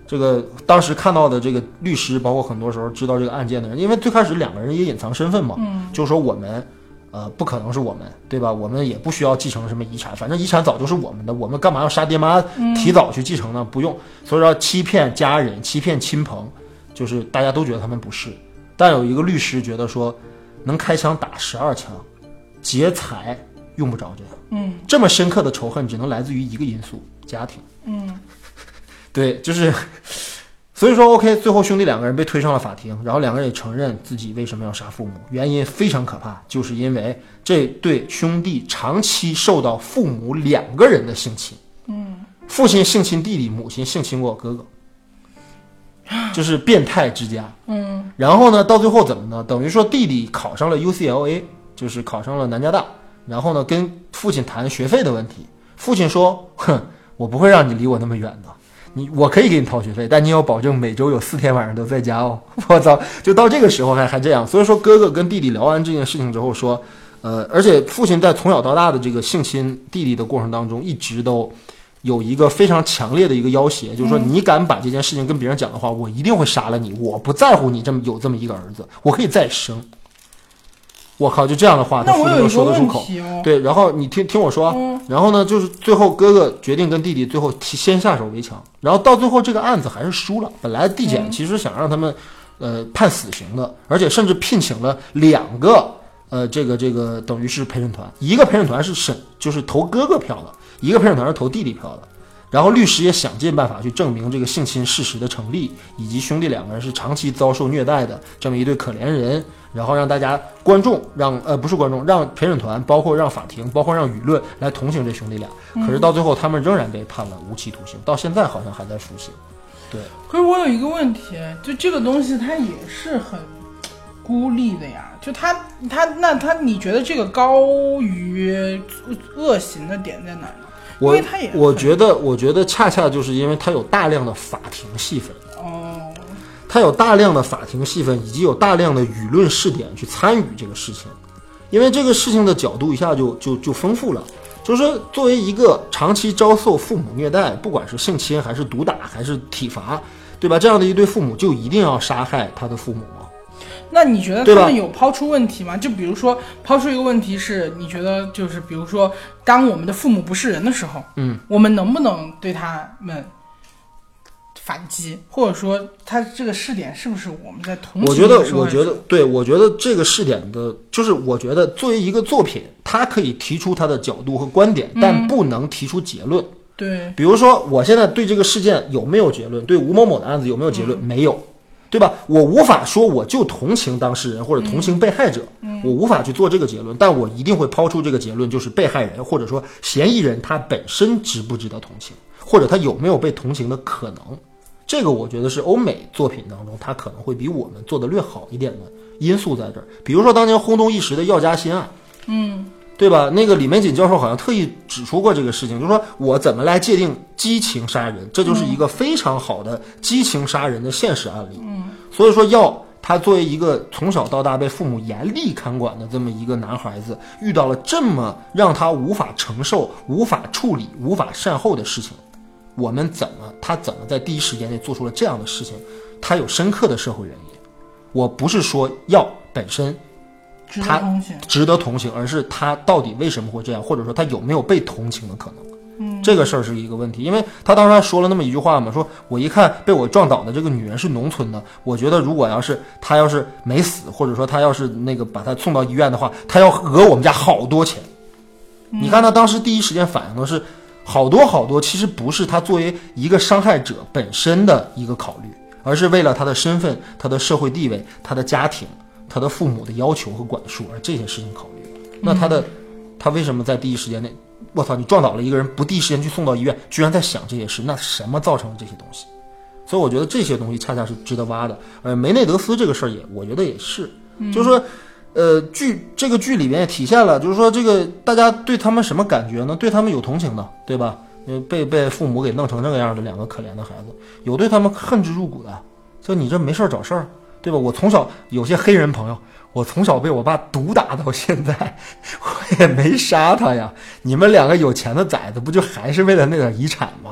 这个当时看到的这个律师，包括很多时候知道这个案件的人，因为最开始两个人也隐藏身份嘛，就是说我们不可能是我们，对吧？我们也不需要继承什么遗产，反正遗产早就是我们的，我们干嘛要杀爹妈提早去继承呢？不用，所以说欺骗家人、欺骗亲朋，就是大家都觉得他们不是，但有一个律师觉得说，能开枪打12枪，劫财用不着这样，这么深刻的仇恨只能来自于一个因素：家庭，对，就是。所以说 OK， 最后兄弟两个人被推上了法庭，然后两个人也承认自己为什么要杀父母，原因非常可怕，就是因为这对兄弟长期受到父母两个人的性侵，父亲性侵弟弟，母亲性侵过哥哥，就是变态之家，然后呢，到最后怎么呢？等于说弟弟考上了 UCLA， 就是考上了南加大，然后呢，跟父亲谈学费的问题，父亲说，哼，我不会让你离我那么远的。我可以给你掏学费，但你要保证每周有4天晚上都在家哦。我操，就到这个时候还这样。所以说哥哥跟弟弟聊完这件事情之后说，而且父亲在从小到大的这个性侵弟弟的过程当中，一直都有一个非常强烈的一个要挟，就是说你敢把这件事情跟别人讲的话，我一定会杀了你。我不在乎你有这么一个儿子，我可以再生。我靠，就这样的话，他父亲都说得出口。对，然后你听我说，然后呢，就是最后哥哥决定跟弟弟最后先下手为强，然后到最后这个案子还是输了。本来地检其实想让他们判死刑的，而且甚至聘请了2个这个等于是陪审团，一个陪审团是就是投哥哥票的，一个陪审团是投弟弟票的。然后律师也想尽办法去证明这个性侵事实的成立，以及兄弟两个人是长期遭受虐待的这么一对可怜人，然后让大家观众不是观众，让陪审团，包括让法庭，包括让舆论来同情这兄弟俩。可是到最后他们仍然被判了无期徒刑，到现在好像还在服刑。对。 可是我有一个问题，就这个东西它也是很孤立的呀，就他你觉得这个高于恶行的点在哪呢？ 我觉得恰恰就是因为它有大量的法庭戏份，它有大量的法庭戏份，以及有大量的舆论视点去参与这个事情，因为这个事情的角度一下就丰富了。就是说，作为一个长期遭受父母虐待，不管是性侵还是毒打还是体罚，对吧？这样的一对父母就一定要杀害他的父母吗？ 那你觉得他们有抛出问题吗？就比如说抛出一个问题是，你觉得就是比如说，当我们的父母不是人的时候，我们能不能对他们反击，或者说他这个试点是不是我们在同情的时候？ 我觉得这个试点的，就是我觉得作为一个作品，它可以提出它的角度和观点，但不能提出结论。 对， 比如说我现在对这个事件有没有结论？对吴某某的案子有没有结论？没有。对吧？我无法说我就同情当事人或者同情被害者，我无法去做这个结论，但我一定会抛出这个结论，就是被害人或者说嫌疑人他本身值不值得同情，或者他有没有被同情的可能。这个我觉得是欧美作品当中他可能会比我们做的略好一点的因素在这儿。比如说当年轰动一时的药家鑫案，对吧？那个李玫瑾教授好像特意指出过这个事情，就是说我怎么来界定激情杀人，这就是一个非常好的激情杀人的现实案例。所以说他作为一个从小到大被父母严厉看管的这么一个男孩子，遇到了这么让他无法承受、无法处理、无法善后的事情，他怎么在第一时间内做出了这样的事情？他有深刻的社会原因。我不是说药本身他值得同情，而是他到底为什么会这样，或者说他有没有被同情的可能。这个事儿是一个问题，因为他当时还说了那么一句话嘛，说我一看被我撞倒的这个女人是农村的，我觉得如果他要是没死，或者说他要是把他送到医院的话，他要讹我们家好多钱。你看他当时第一时间反应的是好多，其实不是他作为一个伤害者本身的一个考虑，而是为了他的身份、他的社会地位、他的家庭、他的父母的要求和管束而这些事情考虑。那他为什么在第一时间内，我操，你撞倒了一个人，不第一时间去送到医院，居然在想这些事？那什么造成了这些东西？所以我觉得这些东西恰恰是值得挖的。梅内德斯这个事儿我觉得也是，就是说，这个剧里面也体现了，就是说这个大家对他们什么感觉呢？对他们有同情的，对吧？被父母给弄成这个样的2个可怜的孩子，有对他们恨之入骨的，就你这没事找事儿，对吧？我从小有些黑人朋友，我从小被我爸毒打到现在，我也没杀他呀。你们2个有钱的崽子，不就还是为了那点遗产吗？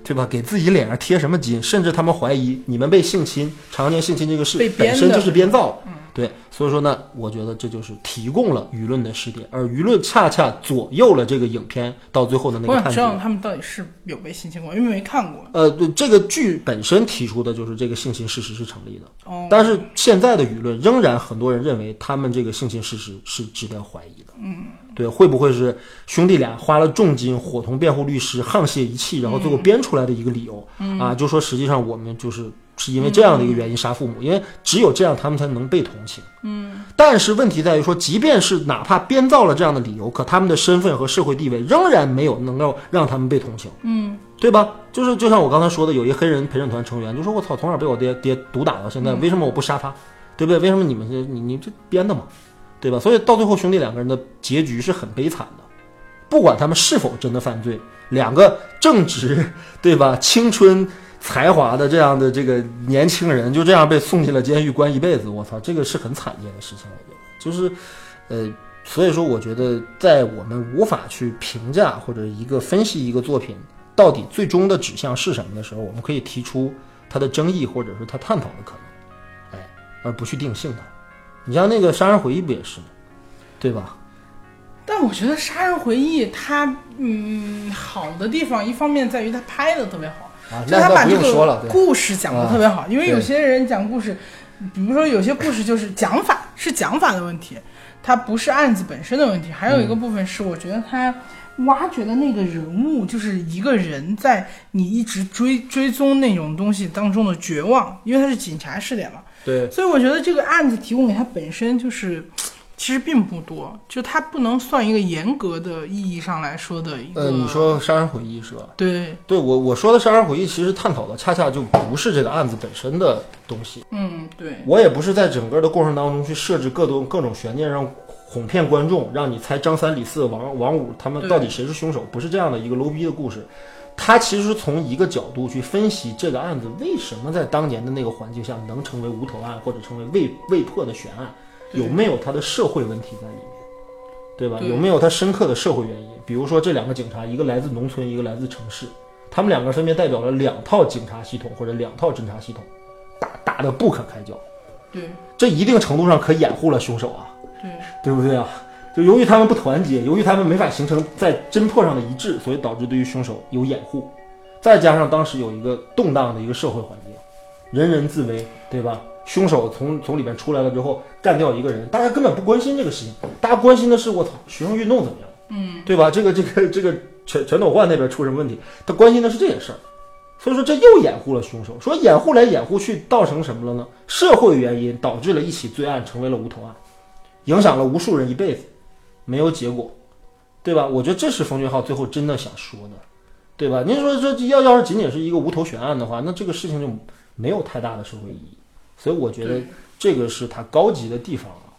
对吧？给自己脸上贴什么金？甚至他们怀疑你们被性侵、常年性侵这个事本身就是编造。对，所以说呢，我觉得这就是提供了舆论的视点，而舆论恰恰左右了这个影片到最后的那个判决。 我想知道他们到底是有被性侵过，因为没看过。 对，这个剧本身提出的就是这个性侵事实是成立的，但是现在的舆论仍然很多人认为他们这个性侵事实是值得怀疑的。对，会不会是兄弟俩花了重金伙同辩护律师沆瀣一气，然后最后编出来的一个理由？就说实际上我们是因为这样的一个原因杀父母，因为只有这样他们才能被同情。但是问题在于说，即便是哪怕编造了这样的理由，可他们的身份和社会地位仍然没有能够让他们被同情。对吧？就像我刚才说的，有一黑人陪审团成员就说：“我操，从小被我爹毒打到现在，为什么我不杀他？对不对？为什么你这编的嘛？对吧？所以到最后兄弟两个人的结局是很悲惨的，不管他们是否真的犯罪，两个正直对吧青春才华的这样的这个年轻人就这样被送进了监狱关一辈子，我操，这个是很惨烈的事情。我觉得就是所以说我觉得在我们无法去评价或者分析一个作品到底最终的指向是什么的时候，我们可以提出它的争议或者是它探讨的可能，而不去定性它。你像那个《杀人回忆》不也是吗？对吧？ 但我觉得《杀人回忆》它好的地方，一方面在于它拍的特别好，就他把这个故事讲的特别好。因为有些人讲故事，比如说有些故事就是讲法的问题，它不是案子本身的问题。还有一个部分是，我觉得他挖掘的那个人物，就是一个人在你一直追踪那种东西当中的绝望，因为他是警察视点嘛。 对， 所以我觉得这个案子提供给他本身其实并不多，就它不能算一个严格的意义上来说的一个。 你说《杀人回忆》是吧？ 对， 我说的《杀人回忆》其实探讨的恰恰就不是这个案子本身的东西。 对。 我也不是在整个的过程当中去设置各种悬念，让哄骗观众，让你猜张三李四王五他们到底谁是凶手，不是这样的一个 low 逼的故事。他其实从一个角度去分析这个案子为什么在当年的那个环境下能成为无头案，或者成为未破的悬案，有没有它的社会问题在里面，对吧？有没有它深刻的社会原因？比如说这两个警察，一个来自农村，一个来自城市，他们两个分别代表了两套警察系统或者两套侦查系统，打得不可开交。 对， 这一定程度上可掩护了凶手啊，对不对啊？就由于他们不团结，由于他们没法形成在侦破上的一致，所以导致对于凶手有掩护。再加上当时有一个动荡的一个社会环境，人人自危，对吧？凶手从里面出来了之后干掉一个人，大家根本不关心这个事情，大家关心的是我操学生运动怎么样，对吧？这个全斗焕那边出什么问题，他关心的是这件事儿。所以说这又掩护了凶手，说掩护来掩护去造成什么了呢？社会原因导致了一起罪案成为了无头案，影响了无数人一辈子，没有结果，对吧？我觉得这是冯俊浩最后真的想说的，对吧？您说这要是仅仅是一个无头悬案的话，那这个事情就没有太大的社会意义。所以我觉得这个是他高级的地方啊。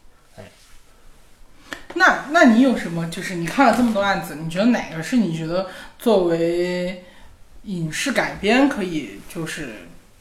那你有什么？就是你看了这么多案子，你觉得哪个是你觉得作为影视改编可以就是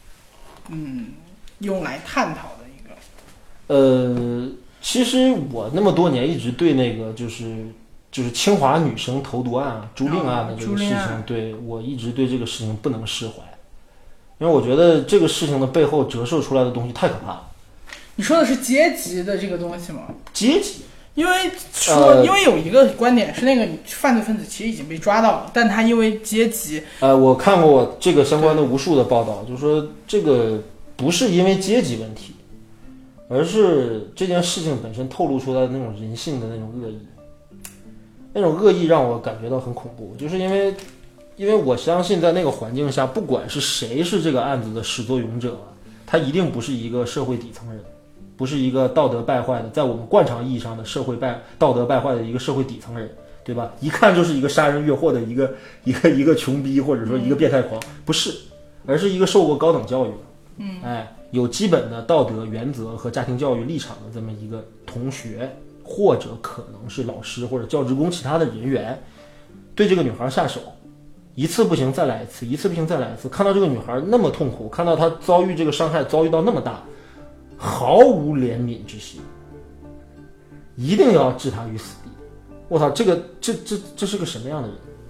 用来探讨的一个？ 其实我那么多年一直对那个就是清华女生投毒案朱令案的这个事情，对我一直对这个事情不能释怀，因为我觉得这个事情的背后折射出来的东西太可怕了。你说的是阶级的这个东西吗？ 阶级， 因为有一个观点是那个犯罪分子其实已经被抓到了，但他因为阶级， 我看过这个相关的无数的报道，就是说这个不是因为阶级问题，而是这件事情本身透露出来的那种人性的那种恶意，那种恶意让我感觉到很恐怖，就是因为我相信在那个环境下，不管是谁是这个案子的始作俑者，他一定不是一个社会底层人，不是一个道德败坏的，在我们惯常意义上的道德败坏的一个社会底层人，对吧？一看就是一个杀人越货的一个穷逼，或者说一个变态狂，不是，而是一个受过高等教育的，有基本的道德原则和家庭教育立场的这么一个同学，或者可能是老师或者教职工其他的人员，对这个女孩下手，一次不行再来一次，一次不行再来一次，看到这个女孩那么痛苦，看到她遭遇这个伤害遭遇到那么大，毫无怜悯之心，一定要置她于死地。我操，这是个什么样的人？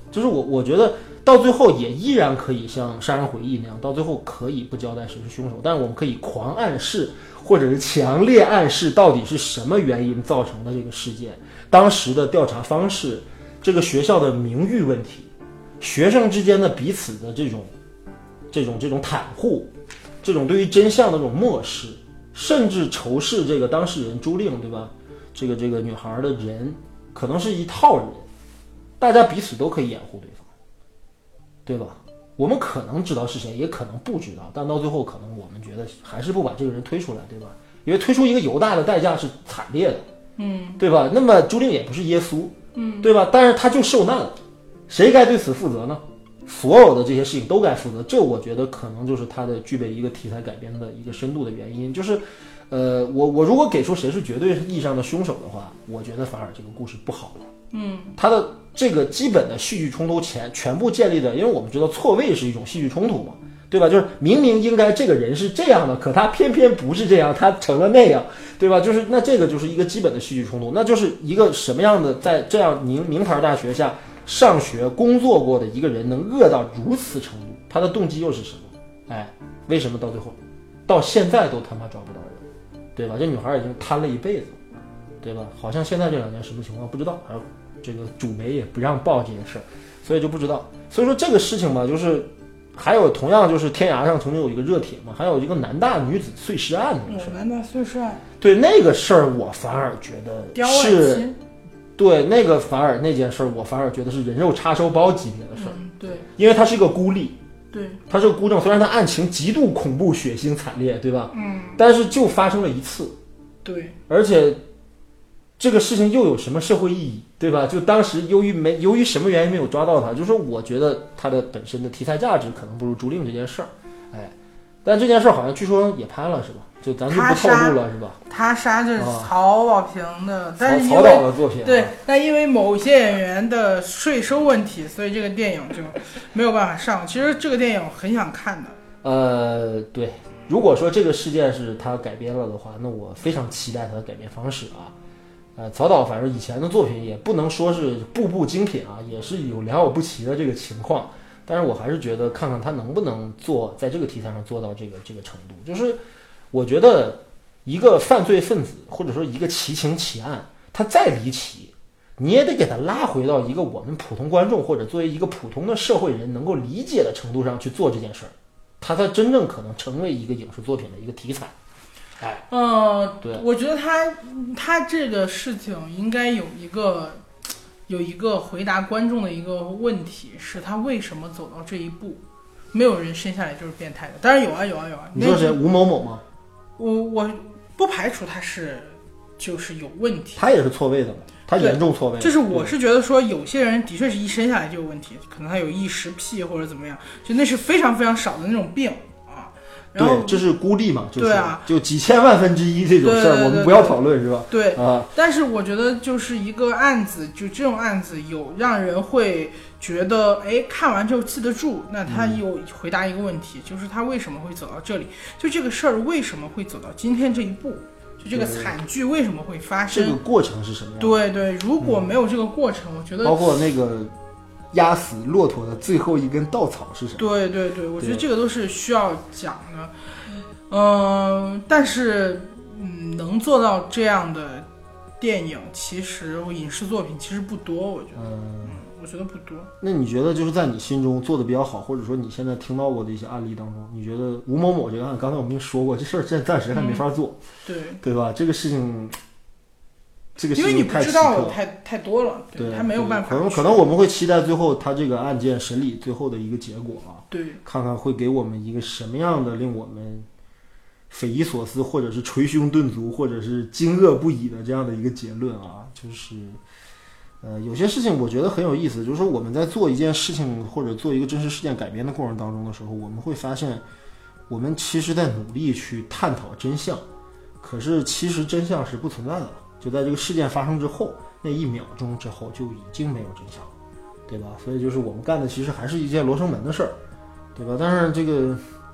就是我觉得到最后也依然可以像《杀人回忆》那样，到最后可以不交代谁是凶手，但是我们可以狂暗示或者是强烈暗示到底是什么原因造成的这个事件，当时的调查方式，这个学校的名誉问题，学生之间的彼此的这种袒护，这种对于真相的这种漠视，甚至仇视这个当事人朱令，对吧？这个女孩的人可能是一套人，大家彼此都可以掩护对方，对吧？我们可能知道是谁，也可能不知道，但到最后可能我们觉得还是不把这个人推出来，对吧？因为推出一个犹大的代价是惨烈的，对吧？那么朱令也不是耶稣，对吧？但是他就受难了，谁该对此负责呢？所有的这些事情都该负责，这我觉得可能就是它的具备一个题材改编的一个深度的原因。就是，我如果给出谁是绝对意义上的凶手的话，我觉得反而这个故事不好了。它的这个基本的戏剧冲突全部建立的，因为我们知道错位是一种戏剧冲突嘛，对吧？就是明明应该这个人是这样的，可他偏偏不是这样，他成了那样，对吧？就是那这个就是一个基本的戏剧冲突，那就是一个什么样的在这样名牌大学下上学工作过的一个人能恶到如此程度，他的动机又是什么？哎，为什么到最后到现在都他妈抓不到人，对吧？这女孩已经贪了一辈子，对吧？好像现在这2年什么情况不知道，还有这个主媒也不让报这件事儿，所以就不知道。所以说这个事情吧，就是还有同样就是天涯上曾经有一个热帖嘛，还有一个南大女子碎尸案那个事儿。 南大碎尸案， 对那个事儿，我反而觉得是。对那个那件事儿，我反而觉得是人肉叉烧包级别的事儿。 对， 因为它是一个孤立， 对， 它是个孤证，虽然它案情极度恐怖、血腥、惨烈，对吧？但是就发生了一次， 对， 而且这个事情又有什么社会意义，对吧？就当时由于什么原因没有抓到他，就是说我觉得它的本身的题材价值可能不如朱令这件事儿，哎，但这件事儿好像据说也拍了，是吧？就咱就不透露了，是吧？ 他杀这是曹保平的，但是曹导的作品， 对，但因为某些演员的税收问题，所以这个电影就没有办法上。其实这个电影我很想看的。 对，如果说这个事件是他改编了的话，那我非常期待他的改编方式啊。曹导反正以前的作品也不能说是步步精品啊，也是有良莠不齐的这个情况。但是我还是觉得看看他能不能在这个题材上做到这个程度，就是我觉得一个犯罪分子或者说一个奇情奇案，他再离奇，你也得给他拉回到一个我们普通观众或者作为一个普通的社会人能够理解的程度上去做这件事儿，他才真正可能成为一个影视作品的一个题材。对， 我觉得他这个事情应该有一个回答观众的一个问题，是他为什么走到这一步？没有人生下来就是变态的，当然有啊。 你说谁？吴某某吗？ 我不排除他就是有问题， 他也是错位的嘛，他严重错位。 就是我是觉得说，有些人的确是一生下来就有问题，可能他有异食癖或者怎么样，就那是非常非常少的那种病啊。然后对，这是孤立嘛， 对啊， 就几千万分之一这种事儿，我们不要讨论，是吧？ 对啊。 但是我觉得就是一个案子，就这种案子有让人会觉得，哎，看完就记得住。那他有回答一个问题，就是他为什么会走到这里？就这个事儿为什么会走到今天这一步？就这个惨剧为什么会发生？ 这个过程是什么样的？ 对，如果没有这个过程，我觉得包括那个压死骆驼的最后一根稻草是什么？ 对，我觉得这个都是需要讲的。但是能做到这样的电影，其实影视作品其实不多，我觉得。我觉得不多。 那你觉得就是在你心中做的比较好，或者说你现在听到过的一些案例当中，你觉得吴某某这个案，刚才我们也说过，这事儿现在暂时还没法做，对吧？这个事情因为你不知道太多了， 对， 他没有办法。 可能我们会期待最后他这个案件审理最后的一个结果啊， 对，看看会给我们一个什么样的令我们匪夷所思，或者是捶胸顿足，或者是惊愕不已的这样的一个结论啊，就是有些事情我觉得很有意思，就是说我们在做一件事情或者做一个真实事件改编的过程当中的时候，我们会发现我们其实在努力去探讨真相，可是其实真相是不存在的了，就在这个事件发生之后那1秒钟之后就已经没有真相，对吧？所以就是我们干的其实还是一件罗生门的事儿，对吧？但是这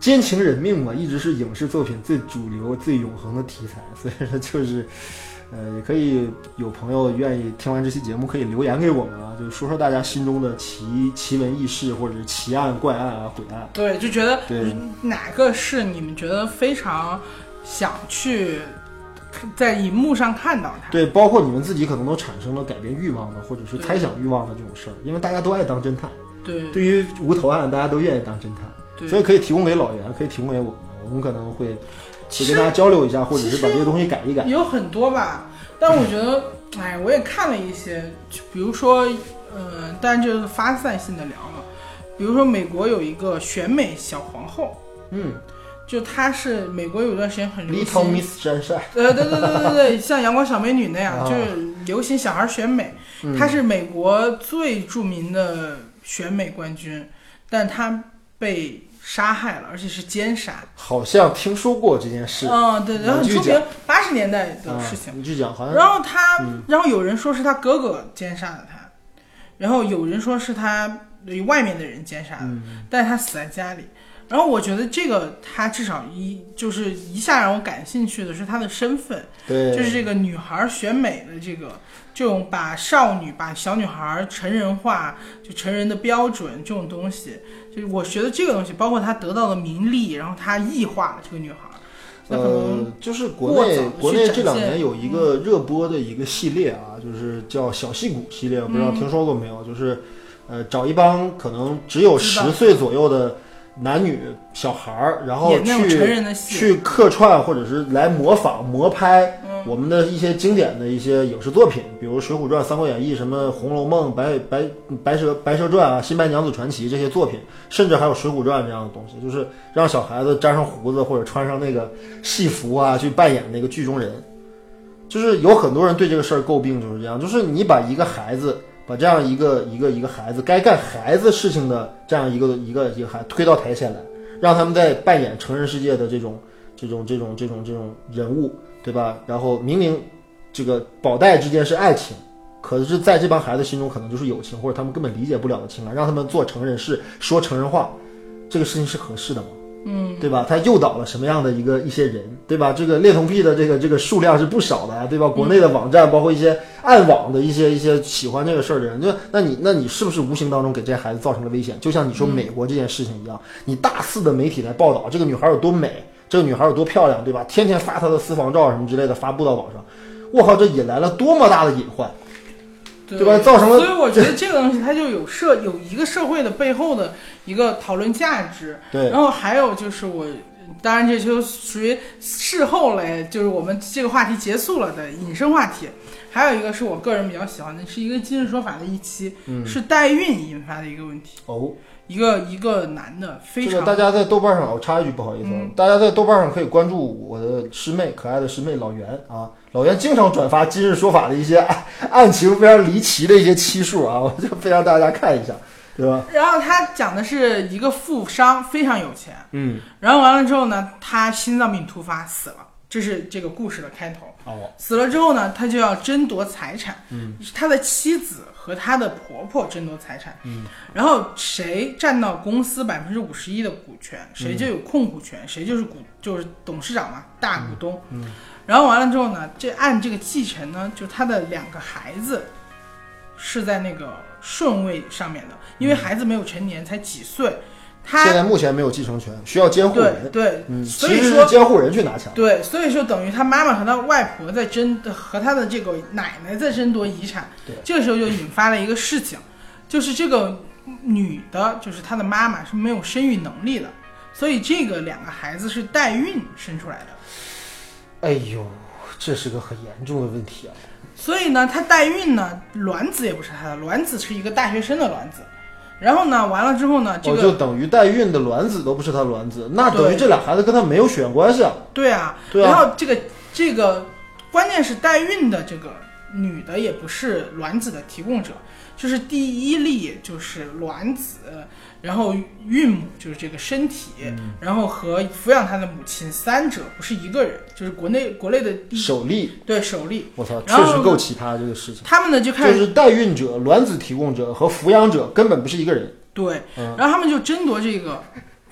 奸情人命嘛，一直是影视作品最主流、最永恒的题材，所以说就是。也可以有朋友愿意听完这期节目可以留言给我们啊，就说说大家心中的奇闻异事或者是奇案怪案啊、诡案。 对，就觉得哪个是你们觉得非常想去在荧幕上看到它？ 对，包括你们自己可能都产生了改变欲望的，或者是猜想欲望的这种事儿，因为大家都爱当侦探。 对， 对于无头案，大家都愿意当侦探，所以可以提供给老袁，可以提供给我们可能会。跟大家交流一下，或者是把这些东西改一改。 有很多吧，但我觉得，我也看了一些，比如说，但这是发散性的聊嘛。比如说，美国有一个选美小皇后，就她是美国有段时间很流行 Little Miss 山晒， 对，像阳光小美女那样，就是流行小孩选美。她是美国最著名的选美冠军，但她被杀害了，而且是奸杀。 好像听说过这件事。 对，很出名，80年代的事情。 你去讲，好像。 然后然后有人说是他哥哥奸杀的他，然后有人说是他外面的人奸杀的，但是他死在家里。然后我觉得这个他至少就是一下让我感兴趣的是他的身份， 对， 就是这个女孩选美的这种把小女孩成人化，就成人的标准这种东西，就是我觉得这个东西，包括她得到的名利，然后她异化了这个女孩。那可能就是国内这2年有一个热播的一个系列啊，就是叫小戏骨系列，不知道听说过没有？就是找一帮可能只有10岁左右的男女小孩儿，然后去客串或者是来模仿模拍我们的一些经典的一些影视作品，比如《水浒传》《三国演义》、什么《红楼梦》、白蛇传啊、新白娘子传奇这些作品，甚至还有《水浒传》这样的东西，就是让小孩子粘上胡子或者穿上那个戏服啊，去扮演那个剧中人。就是有很多人对这个事儿诟病，就是这样，就是你把一个孩子。把这样一个孩子该干孩子事情的这样一个孩子推到台前来，让他们在扮演成人世界的这种人物，对吧？然后明明这个宝黛之间是爱情，可是在这帮孩子心中可能就是友情，或者他们根本理解不了的情感，让他们做成人事，说成人话，这个事情是合适的吗？对吧？他诱导了什么样的一些人，对吧？这个恋童癖的这个数量是不少的，对吧？国内的网站，包括一些暗网的一些喜欢这个事儿的人，就那你是不是无形当中给这些孩子造成了危险？就像你说美国这件事情一样，你大肆的媒体来报道这个女孩有多美，这个女孩有多漂亮，对吧？天天发她的私房照什么之类的发布到网上，我靠，这引来了多么大的隐患！对吧？造成了， 所以我觉得这个东西它就有一个社会的背后的一个讨论价值。 对， 然后还有就是当然这就属于事后嘞，就是我们这个话题结束了的引申话题。还有一个是我个人比较喜欢的，是一个今日说法的一期，是代孕引发的一个问题。一个男的非常， 这个大家在豆瓣上，我插一句不好意思，大家在豆瓣上可以关注我的师妹，可爱的师妹老袁啊，老袁经常转发今日说法的一些案情非常离奇的一些期数啊，我就非让大家看一下，对吧？ 然后他讲的是一个富商非常有钱，然后完了之后呢，他心脏病突发死了。这是这个故事的开头。死了之后呢，他就要争夺财产。他的妻子和他的婆婆争夺财产。然后谁占到公司51%的股权，谁就有控股权，谁就是董事长嘛，大股东。然后完了之后呢，按这个继承呢，就他的2个孩子是在那个顺位上面的，因为孩子没有成年，才几岁。 现在目前没有继承权，需要监护人。 对，所以说其实是监护人去拿枪。 对，所以说等于他妈妈和他外婆在和他的这个奶奶在争夺遗产。 对， 这个时候就引发了一个事情，就是这个女的，就是他的妈妈是没有生育能力的，所以这个2个孩子是代孕生出来的。 哎呦，这是个很严重的问题啊！ 所以呢，他代孕呢，卵子也不是他的，卵子是一个大学生的卵子。然后呢，完了之后呢， 就等于代孕的卵子都不是他卵子，那等于这俩孩子跟他没有血缘关系啊。 对啊，然后这个关键是代孕的这个女的也不是卵子的提供者，就是第一例就是卵子，然后孕母就是这个身体，然后和抚养她的母亲3者不是一个人，就是国内的首例。 对，首例。 我操，确实够奇葩这个事情。 他们呢就是代孕者、卵子提供者和抚养者根本不是一个人。 对，然后他们就争夺这个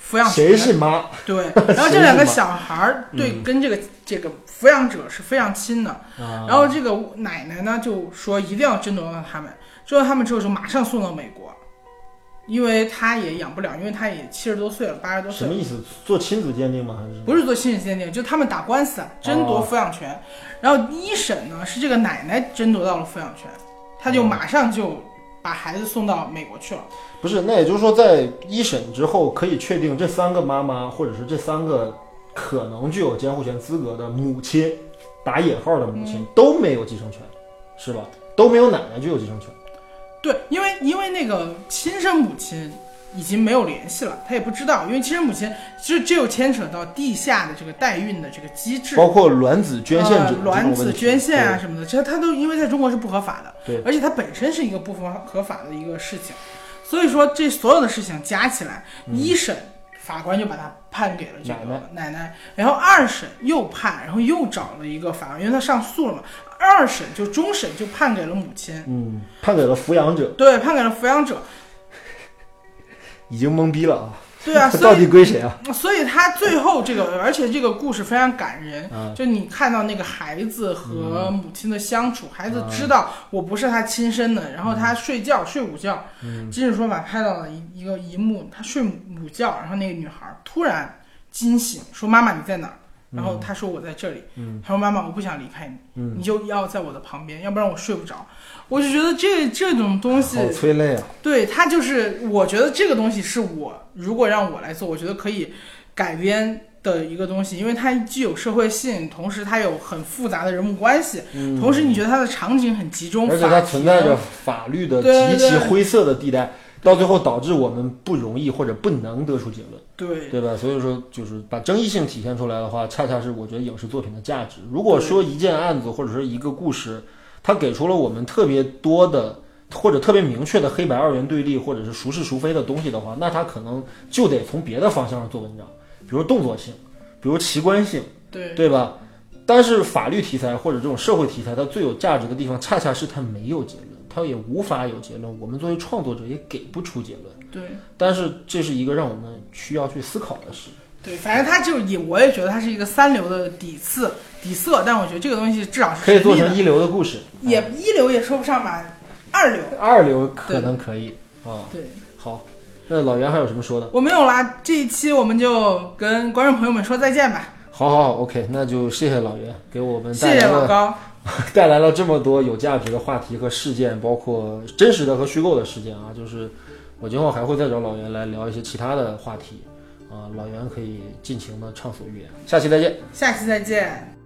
抚养权。 谁是妈？ 对，然后这两个小孩对跟这个抚养者是非常亲的。然后这个奶奶呢就说一定要争夺到他们，争夺他们之后就马上送到美国，因为他也养不了，因为他也70多岁了，80多岁了。 什么意思？做亲子鉴定吗？还是不是做亲子鉴定？就他们打官司争夺抚养权。然后一审呢是这个奶奶争夺到了抚养权，他就马上就把孩子送到美国去了。 不是，那也就是说，在一审之后，可以确定这3个妈妈，或者是这3个可能具有监护权资格的母亲（打引号的母亲）都没有继承权，是吧？都没有奶奶具有继承权。 对，因为那个亲生母亲已经没有联系了，他也不知道，因为亲生母亲只有牵扯到地下的这个代孕的这个机制， 包括卵子捐献者、 卵子捐献啊什么的，其实它都因为在中国是不合法的， 对， 而且它本身是一个不合法的一个事情，所以说这所有的事情加起来，一审法官就把他判给了这个奶奶，然后2审又判，然后又找了一个法官，因为他上诉了嘛，2审就终审就判给了母亲， 判给了抚养者， 对，判给了抚养者， 已经懵逼了啊。 对啊， 到底归谁啊？ 所以他最后这个，而且这个故事非常感人，就你看到那个孩子和母亲的相处，孩子知道我不是他亲生的，然后他睡午觉，今日说法拍到了一幕，他睡午觉，然后那个女孩突然惊醒，说妈妈你在哪儿？然后他说我在这里，他说妈妈我不想离开你，你就要在我的旁边，要不然我睡不着。我就觉得这种东西好催泪啊。 对，他就是我觉得这个东西是如果让我来做，我觉得可以改编的一个东西，因为它既有社会性，同时它有很复杂的人物关系，同时你觉得它的场景很集中， 而且它存在着法律的极其灰色的地带，到最后导致我们不容易或者不能得出结论，对吧？所以说就是把争议性体现出来的话，恰恰是我觉得影视作品的价值。如果说一件案子或者是一个故事，它给出了我们特别多的或者特别明确的黑白2元对立或者是孰是孰非的东西的话，那它可能就得从别的方向上做文章，比如动作性，比如奇观性，对吧？但是法律题材或者这种社会题材，它最有价值的地方恰恰是它没有结论，它也无法有结论，我们作为创作者也给不出结论。 对， 但是这是一个让我们需要去思考的事。 对，反正它我也觉得它是一个3流的底色，但我觉得这个东西至少是可以做成1流的故事， 也1流也说不上吧，2 流可能可以啊。 对， 好，那老袁还有什么说的？ 我没有啦，这一期我们就跟观众朋友们说再见吧。 好 OK， 那就谢谢老袁给我们谢谢老高带来了这么多有价值的话题和事件，包括真实的和虚构的事件啊。就是我今后还会再找老袁来聊一些其他的话题啊，老袁可以尽情的畅所欲言。下期再见。